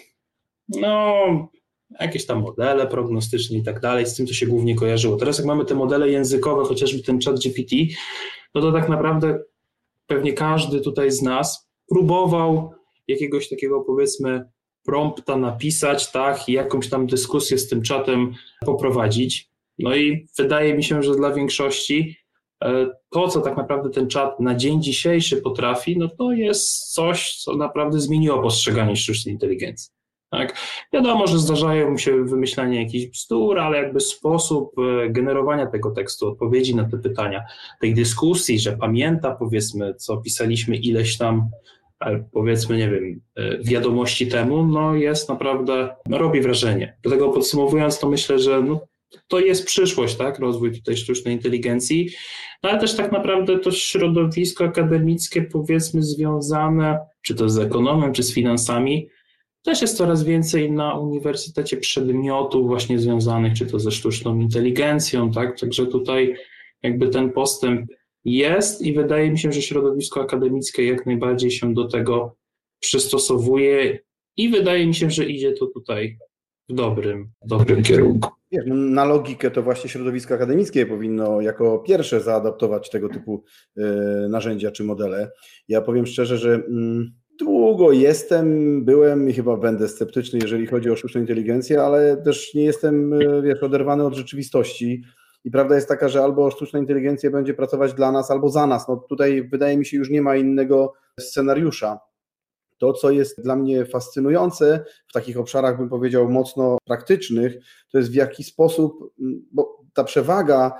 jakieś tam modele prognostyczne i tak dalej, z tym to się głównie kojarzyło. Teraz jak mamy te modele językowe, chociażby ten ChatGPT, to tak naprawdę pewnie każdy tutaj z nas próbował jakiegoś takiego powiedzmy prompta napisać, tak, i jakąś tam dyskusję z tym czatem poprowadzić. No i wydaje mi się, że dla większości to, co tak naprawdę ten czat na dzień dzisiejszy potrafi, no to jest coś, co naprawdę zmieniło postrzeganie sztucznej inteligencji. Tak? Wiadomo, że zdarzają mu się wymyślanie jakichś bzdur, ale jakby sposób generowania tego tekstu, odpowiedzi na te pytania, tej dyskusji, że pamięta powiedzmy, co pisaliśmy ileś tam, powiedzmy, nie wiem, wiadomości temu, no jest naprawdę, robi wrażenie. Dlatego podsumowując, to myślę, że to jest przyszłość, tak, rozwój tutaj sztucznej inteligencji, ale też tak naprawdę to środowisko akademickie, powiedzmy, związane czy to z ekonomią, czy z finansami, też jest coraz więcej na uniwersytecie przedmiotów właśnie związanych czy to ze sztuczną inteligencją, tak? Także tutaj jakby ten postęp jest i wydaje mi się, że środowisko akademickie jak najbardziej się do tego przystosowuje i wydaje mi się, że idzie to tutaj w dobrym kierunku. Na logikę to właśnie środowisko akademickie powinno jako pierwsze zaadaptować tego typu narzędzia czy modele. Ja powiem szczerze, że długo byłem i chyba będę sceptyczny, jeżeli chodzi o sztuczną inteligencję, ale też nie jestem, oderwany od rzeczywistości. I prawda jest taka, że albo sztuczna inteligencja będzie pracować dla nas, albo za nas. Tutaj wydaje mi się już nie ma innego scenariusza. To, co jest dla mnie fascynujące w takich obszarach, bym powiedział, mocno praktycznych, to jest w jaki sposób, bo ta przewaga,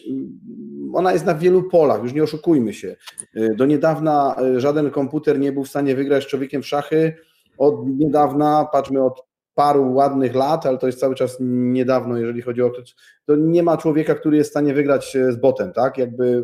ona jest na wielu polach, już nie oszukujmy się. Do niedawna żaden komputer nie był w stanie wygrać z człowiekiem w szachy. Od niedawna, patrzmy od paru ładnych lat, ale to jest cały czas niedawno, jeżeli chodzi o to nie ma człowieka, który jest w stanie wygrać z botem, tak? Jakby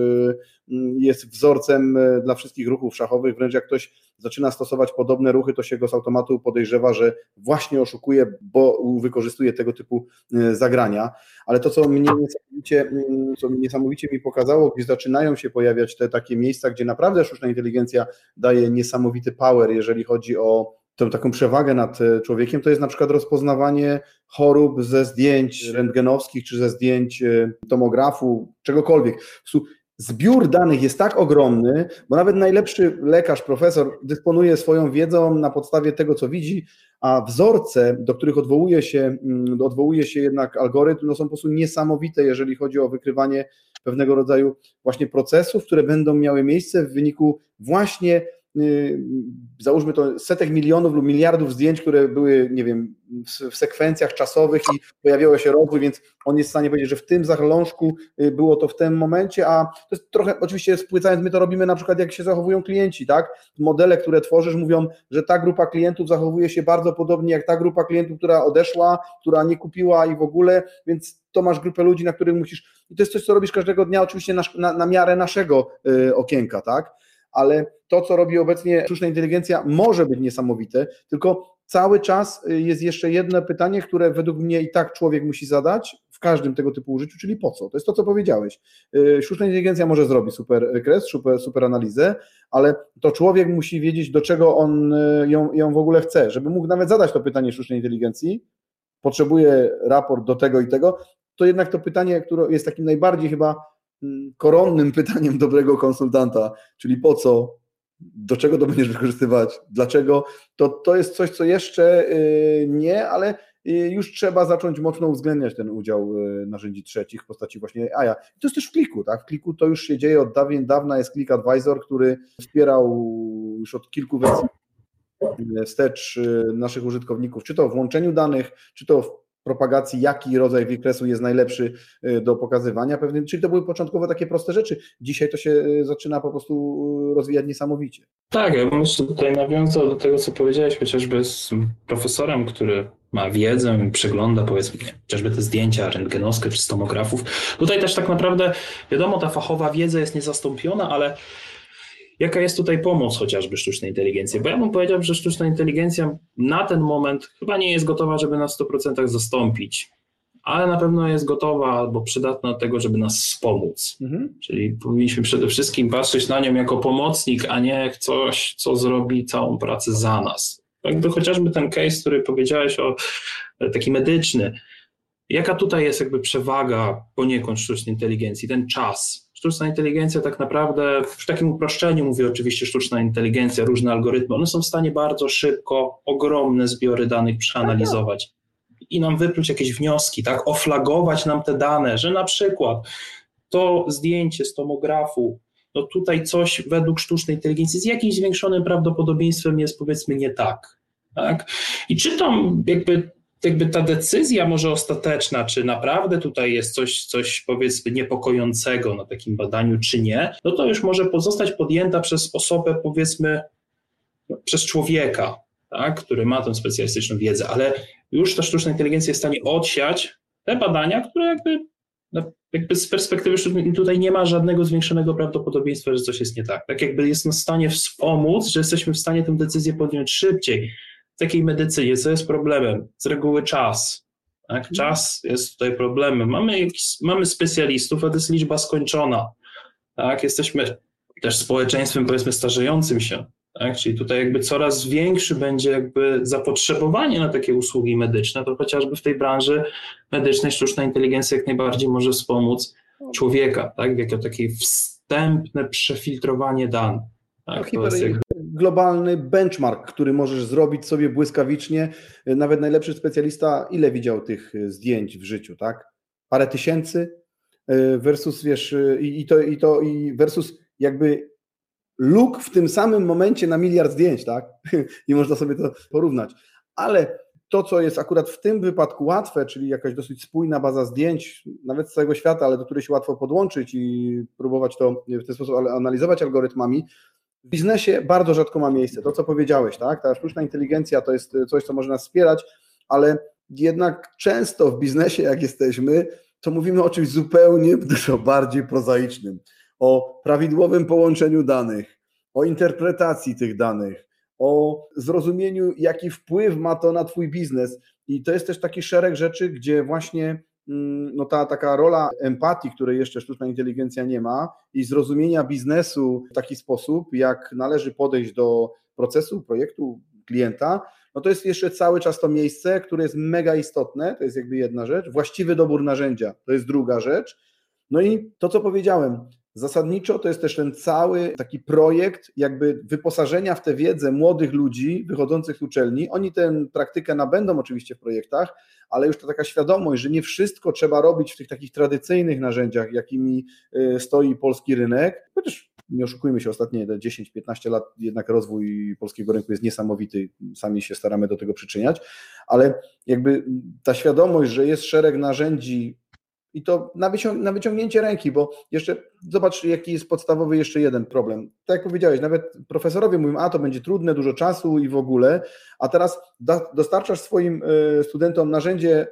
jest wzorcem dla wszystkich ruchów szachowych, wręcz jak ktoś zaczyna stosować podobne ruchy, to się go z automatu podejrzewa, że właśnie oszukuje, bo wykorzystuje tego typu zagrania. Ale to, co mnie niesamowicie mi pokazało, gdzie zaczynają się pojawiać te takie miejsca, gdzie naprawdę sztuczna inteligencja daje niesamowity power, jeżeli chodzi o tą taką przewagę nad człowiekiem, to jest na przykład rozpoznawanie chorób ze zdjęć rentgenowskich, czy ze zdjęć tomografu, czegokolwiek. Zbiór danych jest tak ogromny, bo nawet najlepszy lekarz, profesor dysponuje swoją wiedzą na podstawie tego, co widzi, a wzorce, do których odwołuje się jednak algorytm, są po prostu niesamowite, jeżeli chodzi o wykrywanie pewnego rodzaju właśnie procesów, które będą miały miejsce w wyniku właśnie załóżmy to setek milionów lub miliardów zdjęć, które były, nie wiem, w sekwencjach czasowych i pojawiało się rozwój, więc on jest w stanie powiedzieć, że w tym zalążku było to w tym momencie, a to jest trochę, oczywiście spłycając, my to robimy na przykład jak się zachowują klienci, tak? Modele, które tworzysz, mówią, że ta grupa klientów zachowuje się bardzo podobnie jak ta grupa klientów, która odeszła, która nie kupiła i w ogóle, więc to masz grupę ludzi, na których musisz, i to jest coś, co robisz każdego dnia, oczywiście na miarę naszego okienka, tak? Ale to, co robi obecnie sztuczna inteligencja, może być niesamowite, tylko cały czas jest jeszcze jedno pytanie, które według mnie i tak człowiek musi zadać w każdym tego typu użyciu, czyli po co? To jest to, co powiedziałeś. Sztuczna inteligencja może zrobić super rykres, super analizę, ale to człowiek musi wiedzieć, do czego on ją w ogóle chce, żeby mógł nawet zadać to pytanie sztucznej inteligencji, potrzebuje raport do tego i tego, to jednak to pytanie, które jest takim najbardziej chyba koronnym pytaniem dobrego konsultanta, czyli po co, do czego to będziesz wykorzystywać, dlaczego, to jest coś, co jeszcze nie, ale już trzeba zacząć mocno uwzględniać ten udział narzędzi trzecich w postaci właśnie AI. I to jest też w Kliku, tak? W Kliku to już się dzieje od dawna jest Click Advisor, który wspierał już od kilku wersji wstecz naszych użytkowników, czy to w łączeniu danych, czy to w propagacji, jaki rodzaj wykresu jest najlepszy do pokazywania pewnym, czyli to były początkowo takie proste rzeczy. Dzisiaj to się zaczyna po prostu rozwijać niesamowicie. Tak, ja bym jeszcze tutaj nawiązał do tego, co powiedziałeś, chociażby z profesorem, który ma wiedzę, przegląda powiedzmy chociażby te zdjęcia rentgenowskie czy z tomografów. Tutaj też tak naprawdę, wiadomo, ta fachowa wiedza jest niezastąpiona, ale jaka jest tutaj pomoc chociażby sztucznej inteligencji? Bo ja bym powiedział, że sztuczna inteligencja na ten moment chyba nie jest gotowa, żeby na 100% zastąpić, ale na pewno jest gotowa albo przydatna do tego, żeby nas wspomóc. Czyli powinniśmy przede wszystkim patrzeć na nią jako pomocnik, a nie jak coś, co zrobi całą pracę za nas. Jakby chociażby ten case, który powiedziałeś taki medyczny. Jaka tutaj jest jakby przewaga poniekąd sztucznej inteligencji? Ten czas. Sztuczna inteligencja tak naprawdę, w takim uproszczeniu mówię oczywiście sztuczna inteligencja, różne algorytmy, one są w stanie bardzo szybko ogromne zbiory danych przeanalizować i nam wypluć jakieś wnioski, tak, oflagować nam te dane, że na przykład to zdjęcie z tomografu, no tutaj coś według sztucznej inteligencji z jakimś zwiększonym prawdopodobieństwem jest powiedzmy nie tak, tak? I czy tam jakby ta decyzja może ostateczna, czy naprawdę tutaj jest coś powiedzmy niepokojącego na takim badaniu, czy nie, no to już może pozostać podjęta przez osobę powiedzmy, przez człowieka, tak, który ma tę specjalistyczną wiedzę, ale już ta sztuczna inteligencja jest w stanie odsiać te badania, które jakby z perspektywy sztucznej tutaj nie ma żadnego zwiększonego prawdopodobieństwa, że coś jest nie tak. Tak jakby jest nas w stanie wspomóc, że jesteśmy w stanie tę decyzję podjąć szybciej. W takiej medycynie, co jest problemem? Z reguły czas. Tak? Czas jest tutaj problemem. Mamy specjalistów, a to jest liczba skończona. Tak? Jesteśmy też społeczeństwem, powiedzmy, starzejącym się. Tak? Czyli tutaj jakby coraz większy będzie jakby zapotrzebowanie na takie usługi medyczne, to chociażby w tej branży medycznej sztuczna inteligencja jak najbardziej może wspomóc człowieka, tak? Jako takie wstępne przefiltrowanie danych. Tak? To jest jakby globalny benchmark, który możesz zrobić sobie błyskawicznie. Nawet najlepszy specjalista, ile widział tych zdjęć w życiu, tak? Parę tysięcy versus, wiesz, i versus jakby luk w tym samym momencie na miliard zdjęć, tak? I można sobie to porównać. Ale to, co jest akurat w tym wypadku łatwe, czyli jakaś dosyć spójna baza zdjęć, nawet z całego świata, ale do której się łatwo podłączyć i próbować to w ten sposób analizować algorytmami, w biznesie bardzo rzadko ma miejsce. To, co powiedziałeś, tak? Ta sztuczna inteligencja to jest coś, co może nas wspierać, ale jednak często w biznesie, jak jesteśmy, to mówimy o czymś zupełnie dużo bardziej prozaicznym. O prawidłowym połączeniu danych, o interpretacji tych danych, o zrozumieniu, jaki wpływ ma to na twój biznes. I to jest też taki szereg rzeczy, gdzie właśnie no ta taka rola empatii, której jeszcze sztuczna inteligencja nie ma, i zrozumienia biznesu w taki sposób, jak należy podejść do procesu, projektu klienta, no to jest jeszcze cały czas to miejsce, które jest mega istotne, to jest jakby jedna rzecz. Właściwy dobór narzędzia, to jest druga rzecz. No i to, co powiedziałem, zasadniczo to jest też ten cały taki projekt jakby wyposażenia w tę wiedzę młodych ludzi wychodzących z uczelni. Oni tę praktykę nabędą oczywiście w projektach, ale już to taka świadomość, że nie wszystko trzeba robić w tych takich tradycyjnych narzędziach, jakimi stoi polski rynek. Chociaż nie oszukujmy się, ostatnie 10-15 lat jednak rozwój polskiego rynku jest niesamowity, sami się staramy do tego przyczyniać, ale jakby ta świadomość, że jest szereg narzędzi i to na wyciągnięcie ręki, bo jeszcze zobacz, jaki jest podstawowy jeszcze jeden problem. Tak jak powiedziałeś, nawet profesorowie mówią, to będzie trudne, dużo czasu i w ogóle, a teraz dostarczasz swoim studentom narzędzie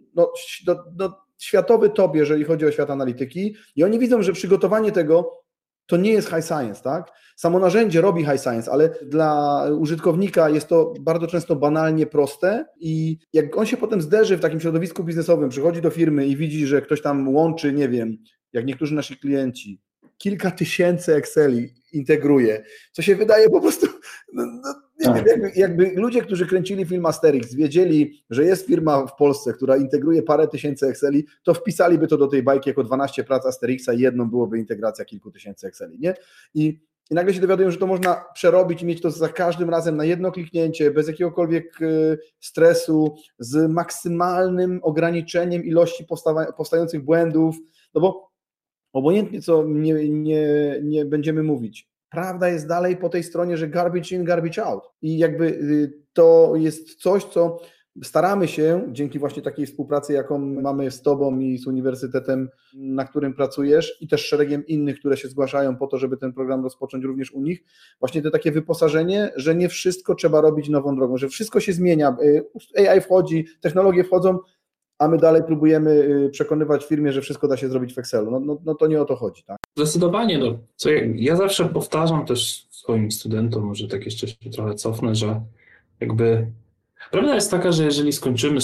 światowy top, jeżeli chodzi o świat analityki i oni widzą, że przygotowanie tego to nie jest high science, tak? Samo narzędzie robi high science, ale dla użytkownika jest to bardzo często banalnie proste i jak on się potem zderzy w takim środowisku biznesowym, przychodzi do firmy i widzi, że ktoś tam łączy, nie wiem, jak niektórzy nasi klienci, kilka tysięcy Exceli integruje, co się wydaje po prostu... Nie wiem, jakby ludzie, którzy kręcili film Asterix, wiedzieli, że jest firma w Polsce, która integruje parę tysięcy Exceli, to wpisaliby to do tej bajki jako 12 prac Asterixa i jedną byłoby integracja kilku tysięcy Exceli, nie? I nagle się dowiadują, że to można przerobić i mieć to za każdym razem na jedno kliknięcie, bez jakiegokolwiek stresu, z maksymalnym ograniczeniem ilości powstających błędów, no bo obojętnie co nie będziemy mówić, prawda jest dalej po tej stronie, że garbage in, garbage out. I jakby to jest coś, co staramy się, dzięki właśnie takiej współpracy, jaką mamy z Tobą i z uniwersytetem, na którym pracujesz i też szeregiem innych, które się zgłaszają po to, żeby ten program rozpocząć również u nich, właśnie to takie wyposażenie, że nie wszystko trzeba robić nową drogą, że wszystko się zmienia, AI wchodzi, technologie wchodzą, a my dalej próbujemy przekonywać firmie, że wszystko da się zrobić w Excelu. No to nie o to chodzi, tak? Zdecydowanie. Ja zawsze powtarzam też swoim studentom, może tak jeszcze się trochę cofnę, że jakby prawda jest taka, że jeżeli skończymy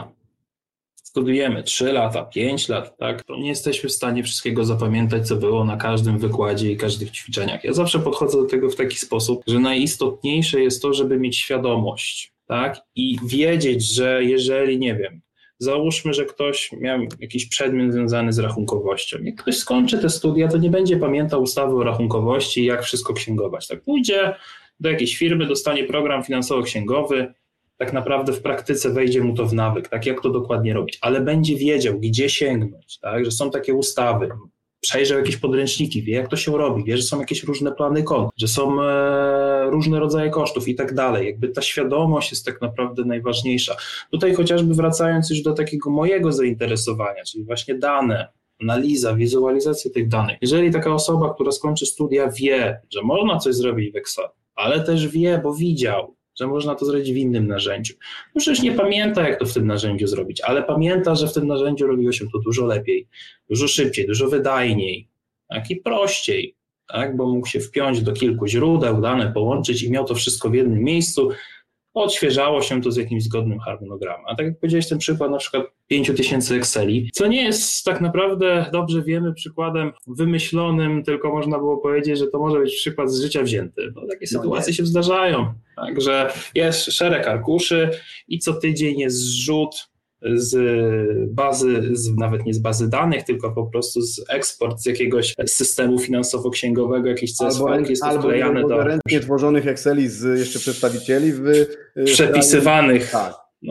studiujemy 3 lata, 5 lat, tak, to nie jesteśmy w stanie wszystkiego zapamiętać, co było na każdym wykładzie i każdych ćwiczeniach. Ja zawsze podchodzę do tego w taki sposób, że najistotniejsze jest to, żeby mieć świadomość, tak, i wiedzieć, że jeżeli, nie wiem, załóżmy, że ktoś miał jakiś przedmiot związany z rachunkowością. Jak ktoś skończy te studia, to nie będzie pamiętał ustawy o rachunkowości i jak wszystko księgować. Tak, pójdzie do jakiejś firmy, dostanie program finansowo-księgowy, tak naprawdę w praktyce wejdzie mu to w nawyk, tak jak to dokładnie robić, ale będzie wiedział, gdzie sięgnąć, tak, że są takie ustawy, przejrzał jakieś podręczniki, wie jak to się robi, wie, że są jakieś różne plany kont, że są różne rodzaje kosztów i tak dalej. Jakby ta świadomość jest tak naprawdę najważniejsza. Tutaj chociażby wracając już do takiego mojego zainteresowania, czyli właśnie dane, analiza, wizualizacja tych danych. Jeżeli taka osoba, która skończy studia, wie, że można coś zrobić w Excelu, ale też wie, bo widział, że można to zrobić w innym narzędziu. No przecież nie pamięta, jak to w tym narzędziu zrobić, ale pamięta, że w tym narzędziu robiło się to dużo lepiej, dużo szybciej, dużo wydajniej, tak, i prościej, tak, bo mógł się wpiąć do kilku źródeł, dane połączyć i miał to wszystko w jednym miejscu, odświeżało się to z jakimś zgodnym harmonogramem. A tak jak powiedziałeś, ten przykład na przykład 5000 Exceli, co nie jest tak naprawdę, dobrze wiemy, przykładem wymyślonym, tylko można było powiedzieć, że to może być przykład z życia wzięty. No, takie sytuacje się zdarzają. Także jest szereg arkuszy i co tydzień jest zrzut z bazy, nawet nie z bazy danych, tylko po prostu z eksport z jakiegoś systemu finansowo-księgowego, jakiś CSV, jest to wklejane do ręcznie tworzonych Exceli z jeszcze przedstawicieli przepisywanych. Tak.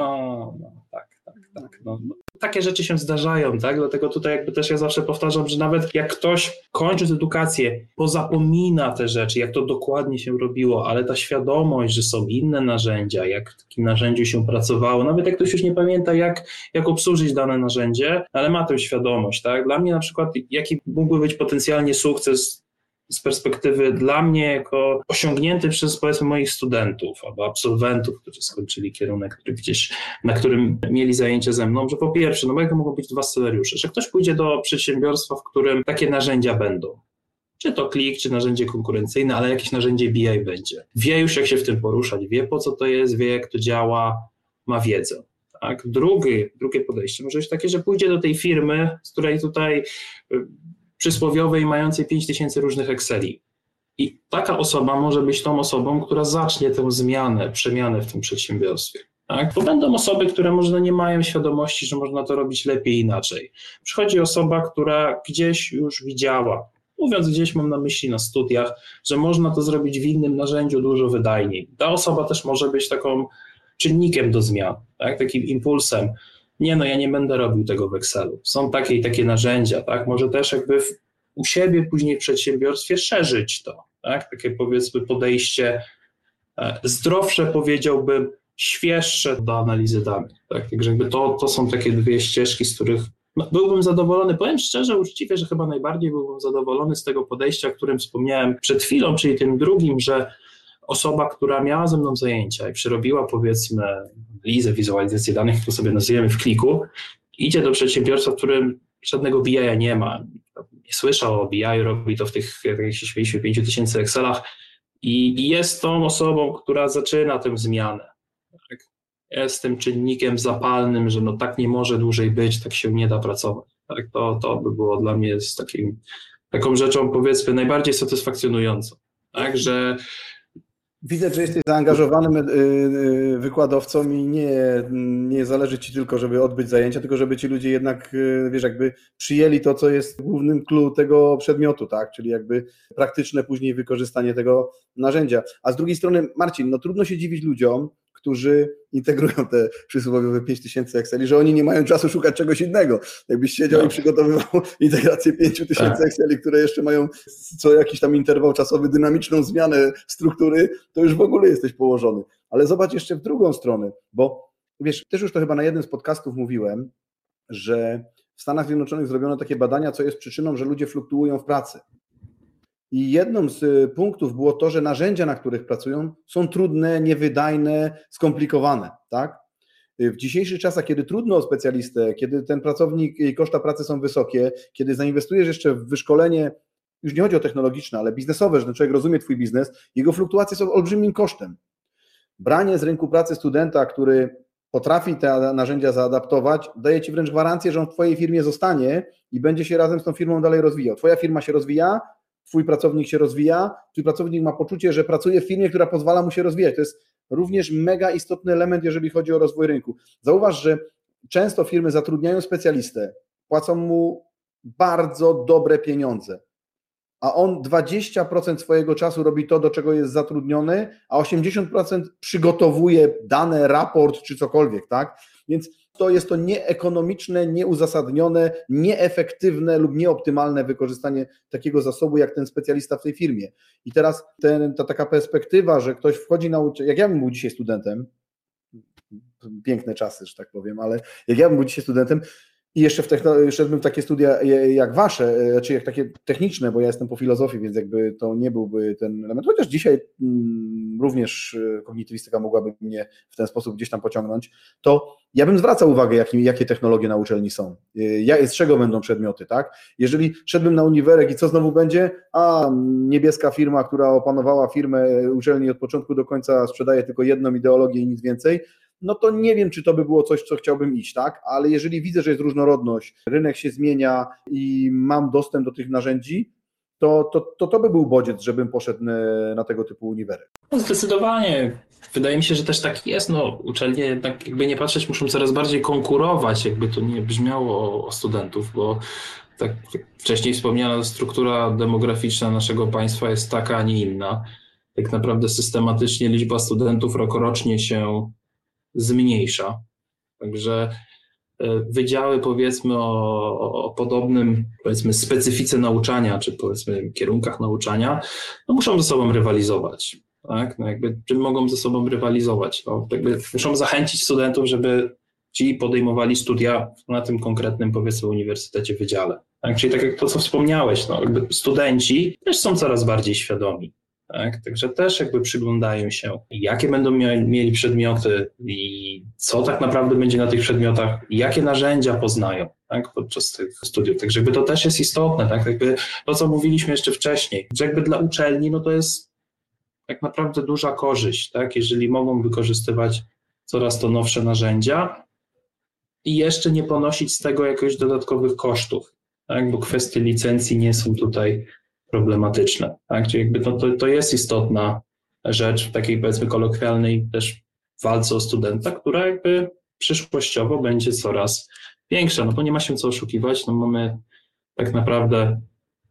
Tak. Takie rzeczy się zdarzają, tak? Dlatego tutaj jakby też ja zawsze powtarzam, że nawet jak ktoś kończy edukację, pozapomina te rzeczy, jak to dokładnie się robiło, ale ta świadomość, że są inne narzędzia, jak w takim narzędziu się pracowało, nawet jak ktoś już nie pamięta, jak obsłużyć dane narzędzie, ale ma tę świadomość, tak? Dla mnie na przykład, jaki mógłby być potencjalnie sukces z perspektywy dla mnie jako osiągnięty przez, powiedzmy, moich studentów albo absolwentów, którzy skończyli kierunek, na którym mieli zajęcie ze mną, że po pierwsze, jakie mogą być 2 scenariusze, że ktoś pójdzie do przedsiębiorstwa, w którym takie narzędzia będą. Czy to Klik, czy narzędzie konkurencyjne, ale jakieś narzędzie BI będzie. Wie już, jak się w tym poruszać, wie, po co to jest, wie, jak to działa, ma wiedzę. Tak? Drugie podejście może być takie, że pójdzie do tej firmy, z której tutaj przysłowiowej, mającej 5000 różnych Exceli. I taka osoba może być tą osobą, która zacznie tę przemianę w tym przedsiębiorstwie. Tak? Bo będą osoby, które może nie mają świadomości, że można to robić lepiej, inaczej. Przychodzi osoba, która gdzieś już widziała, mówiąc gdzieś, mam na myśli na studiach, że można to zrobić w innym narzędziu dużo wydajniej. Ta osoba też może być taką czynnikiem do zmian, tak? Takim impulsem. Ja nie będę robił tego w Excelu. Są takie i takie narzędzia, tak? Może też jakby u siebie później w przedsiębiorstwie szerzyć to, tak? Takie powiedzmy podejście zdrowsze, powiedziałbym, świeższe do analizy danych. Tak? Także jakby to są takie dwie ścieżki, z których byłbym zadowolony. Powiem szczerze, uczciwie, że chyba najbardziej byłbym zadowolony z tego podejścia, o którym wspomniałem przed chwilą, czyli tym drugim, że osoba, która miała ze mną zajęcia i przerobiła powiedzmy analizę, wizualizację danych, to sobie nazwiemy w kliku, idzie do przedsiębiorstwa, w którym żadnego BI nie ma, nie słyszał o BI, robi to w tych, jak się śmieliśmy, 5000 Excelach i jest tą osobą, która zaczyna tę zmianę. Tak? Jest tym czynnikiem zapalnym, że no tak nie może dłużej być, tak się nie da pracować. Tak? To by było dla mnie taką rzeczą, powiedzmy, najbardziej satysfakcjonującą. Tak? Że widzę, że jesteś zaangażowanym wykładowcą i nie zależy ci tylko, żeby odbyć zajęcia, tylko żeby ci ludzie jednak, wiesz, jakby przyjęli to, co jest głównym clue tego przedmiotu, tak? Czyli jakby praktyczne później wykorzystanie tego narzędzia. A z drugiej strony, Marcin, no trudno się dziwić ludziom, którzy integrują te przysłowiowe 5000 Exceli, że oni nie mają czasu szukać czegoś innego. Jakbyś siedział i przygotowywał integrację 5000 Exceli, które jeszcze mają co jakiś tam interwał czasowy dynamiczną zmianę struktury, to już w ogóle jesteś położony. Ale zobacz jeszcze w drugą stronę, bo wiesz, też już to chyba na jednym z podcastów mówiłem, że w Stanach Zjednoczonych zrobiono takie badania, co jest przyczyną, że ludzie fluktuują w pracy. I jednym z punktów było to, że narzędzia, na których pracują, są trudne, niewydajne, skomplikowane. Tak? W dzisiejszych czasach, kiedy trudno o specjalistę, kiedy ten pracownik i koszta pracy są wysokie, kiedy zainwestujesz jeszcze w wyszkolenie, już nie chodzi o technologiczne, ale biznesowe, że ten człowiek rozumie twój biznes, jego fluktuacje są olbrzymim kosztem. Branie z rynku pracy studenta, który potrafi te narzędzia zaadaptować, daje ci wręcz gwarancję, że on w twojej firmie zostanie i będzie się razem z tą firmą dalej rozwijał. Twoja firma się rozwija, twój pracownik się rozwija, twój pracownik ma poczucie, że pracuje w firmie, która pozwala mu się rozwijać. To jest również mega istotny element, jeżeli chodzi o rozwój rynku. Zauważ, że często firmy zatrudniają specjalistę, płacą mu bardzo dobre pieniądze, a on 20% swojego czasu robi to, do czego jest zatrudniony, a 80% przygotowuje dane, raport czy cokolwiek, tak? Więc jest to nieekonomiczne, nieuzasadnione, nieefektywne lub nieoptymalne wykorzystanie takiego zasobu jak ten specjalista w tej firmie. I teraz ta taka perspektywa, że ktoś wchodzi na uczelnię, jak ja bym był dzisiaj studentem, piękne czasy, że tak powiem, ale jak ja bym był dzisiaj studentem i jeszcze szedłbym w takie studia jak wasze, czy jak takie techniczne, bo ja jestem po filozofii, więc jakby to nie byłby ten element, chociaż dzisiaj również kognitywistyka mogłaby mnie w ten sposób gdzieś tam pociągnąć, to ja bym zwracał uwagę, jakie technologie na uczelni są, z czego będą przedmioty, tak? Jeżeli szedłbym na uniwerek i co znowu będzie? Niebieska firma, która opanowała firmę uczelni od początku do końca, sprzedaje tylko jedną ideologię i nic więcej, no to nie wiem, czy to by było coś, co chciałbym iść, tak? Ale jeżeli widzę, że jest różnorodność, rynek się zmienia i mam dostęp do tych narzędzi, to by był bodziec, żebym poszedł na tego typu uniwersytet. No zdecydowanie. Wydaje mi się, że też tak jest. No, uczelnie jednak jakby nie patrzeć muszą coraz bardziej konkurować, jakby to nie brzmiało o studentów, bo tak wcześniej wspomniana struktura demograficzna naszego państwa jest taka, a nie inna. Tak naprawdę systematycznie liczba studentów rokrocznie się zmniejsza. Także wydziały powiedzmy o podobnym powiedzmy specyfice nauczania, czy powiedzmy kierunkach nauczania, no muszą ze sobą rywalizować. Tak? No jakby czym mogą ze sobą rywalizować? No jakby muszą zachęcić studentów, żeby ci podejmowali studia na tym konkretnym powiedzmy uniwersytecie, wydziale. Tak? Czyli tak jak to, co wspomniałeś, no jakby studenci też są coraz bardziej świadomi. Tak? Także też jakby przyglądają się, jakie będą mieli przedmioty i co tak naprawdę będzie na tych przedmiotach, jakie narzędzia poznają, tak? Podczas tych studiów. Także jakby to też jest istotne, tak? Jakby to, co mówiliśmy jeszcze wcześniej, że jakby dla uczelni no to jest tak naprawdę duża korzyść, tak? Jeżeli mogą wykorzystywać coraz to nowsze narzędzia i jeszcze nie ponosić z tego jakichś dodatkowych kosztów, tak? Bo kwestie licencji nie są tutaj problematyczne. Tak? Czyli jakby to jest istotna rzecz w takiej powiedzmy kolokwialnej też walce o studenta, która jakby przyszłościowo będzie coraz większa, no bo nie ma się co oszukiwać, no mamy tak naprawdę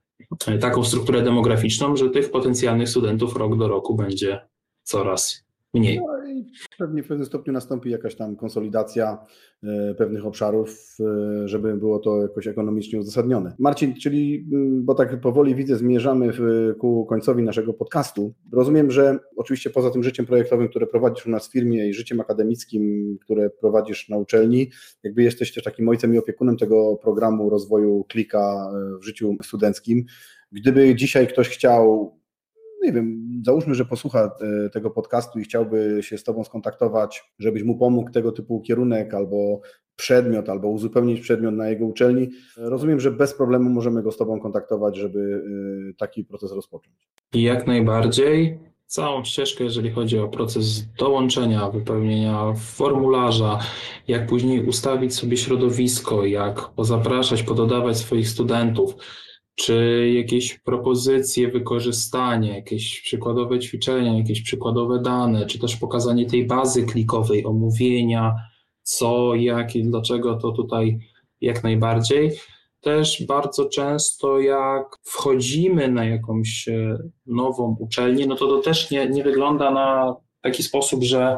taką strukturę demograficzną, że tych potencjalnych studentów rok do roku będzie coraz mniej. No i pewnie w pewnym stopniu nastąpi jakaś tam konsolidacja pewnych obszarów, żeby było to jakoś ekonomicznie uzasadnione. Marcin, czyli, bo tak powoli widzę, zmierzamy ku końcowi naszego podcastu. Rozumiem, że oczywiście poza tym życiem projektowym, które prowadzisz u nas w firmie i życiem akademickim, które prowadzisz na uczelni, jakby jesteś też takim ojcem i opiekunem tego programu rozwoju Klika w życiu studenckim. Gdyby dzisiaj ktoś chciał, nie wiem, załóżmy, że posłucha tego podcastu i chciałby się z Tobą skontaktować, żebyś mu pomógł tego typu kierunek albo przedmiot, albo uzupełnić przedmiot na jego uczelni. Rozumiem, że bez problemu możemy go z Tobą kontaktować, żeby taki proces rozpocząć. I jak najbardziej całą ścieżkę, jeżeli chodzi o proces dołączenia, wypełnienia formularza, jak później ustawić sobie środowisko, jak pozapraszać, pododawać swoich studentów, czy jakieś propozycje wykorzystania, jakieś przykładowe ćwiczenia, jakieś przykładowe dane, czy też pokazanie tej bazy klikowej, omówienia, co, jak i dlaczego, to tutaj jak najbardziej. Też bardzo często jak wchodzimy na jakąś nową uczelnię, no to też nie wygląda na taki sposób, że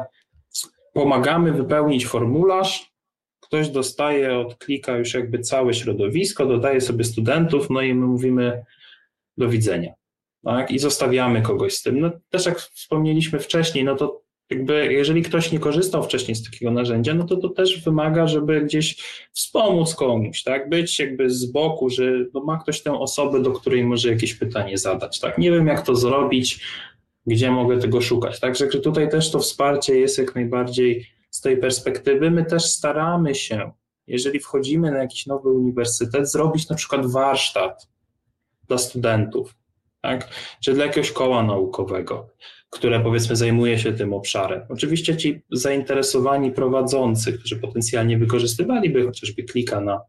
pomagamy wypełnić formularz, ktoś dostaje od Klika już jakby całe środowisko, dodaje sobie studentów, no i my mówimy do widzenia, tak? I zostawiamy kogoś z tym. No też jak wspomnieliśmy wcześniej, no to jakby jeżeli ktoś nie korzystał wcześniej z takiego narzędzia, no to też wymaga, żeby gdzieś wspomóc komuś, tak? Być jakby z boku, że no ma ktoś tę osobę, do której może jakieś pytanie zadać, tak? Nie wiem, jak to zrobić, gdzie mogę tego szukać, tak? Że tutaj też to wsparcie jest jak najbardziej z tej perspektywy. My też staramy się, jeżeli wchodzimy na jakiś nowy uniwersytet, zrobić na przykład warsztat dla studentów, tak? Czy dla jakiegoś koła naukowego, które powiedzmy zajmuje się tym obszarem. Oczywiście ci zainteresowani prowadzący, którzy potencjalnie wykorzystywaliby chociażby Klika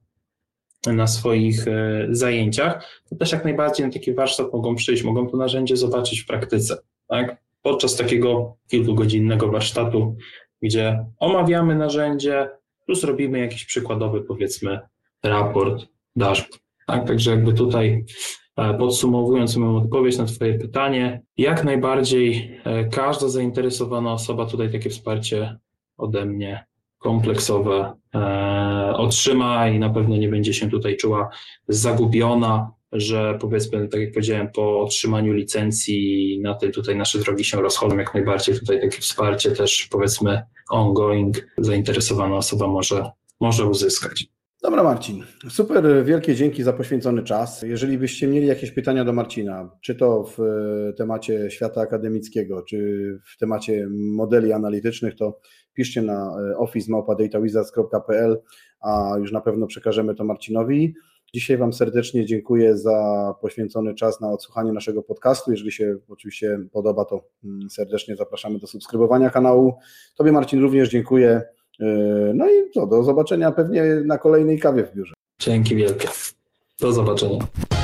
na swoich zajęciach, to też jak najbardziej na taki warsztat mogą przyjść, mogą to narzędzie zobaczyć w praktyce, tak? Podczas takiego kilkugodzinnego warsztatu, gdzie omawiamy narzędzie, plus robimy jakiś przykładowy, powiedzmy, raport, dashboard. Tak? Także jakby tutaj podsumowując moją odpowiedź na Twoje pytanie, jak najbardziej każda zainteresowana osoba tutaj takie wsparcie ode mnie kompleksowe otrzyma i na pewno nie będzie się tutaj czuła zagubiona, że powiedzmy, tak jak powiedziałem, po otrzymaniu licencji na tej tutaj nasze drogi się rozchodzą, jak najbardziej tutaj takie wsparcie też powiedzmy ongoing zainteresowana osoba może uzyskać. Dobra, Marcin, super, wielkie dzięki za poświęcony czas. Jeżeli byście mieli jakieś pytania do Marcina, czy to w temacie świata akademickiego, czy w temacie modeli analitycznych, to piszcie na office@datawizards.pl, a już na pewno przekażemy to Marcinowi. Dzisiaj Wam serdecznie dziękuję za poświęcony czas na odsłuchanie naszego podcastu. Jeżeli się oczywiście podoba, to serdecznie zapraszamy do subskrybowania kanału. Tobie, Marcin, również dziękuję. No i do zobaczenia pewnie na kolejnej kawie w biurze. Dzięki wielkie. Do zobaczenia.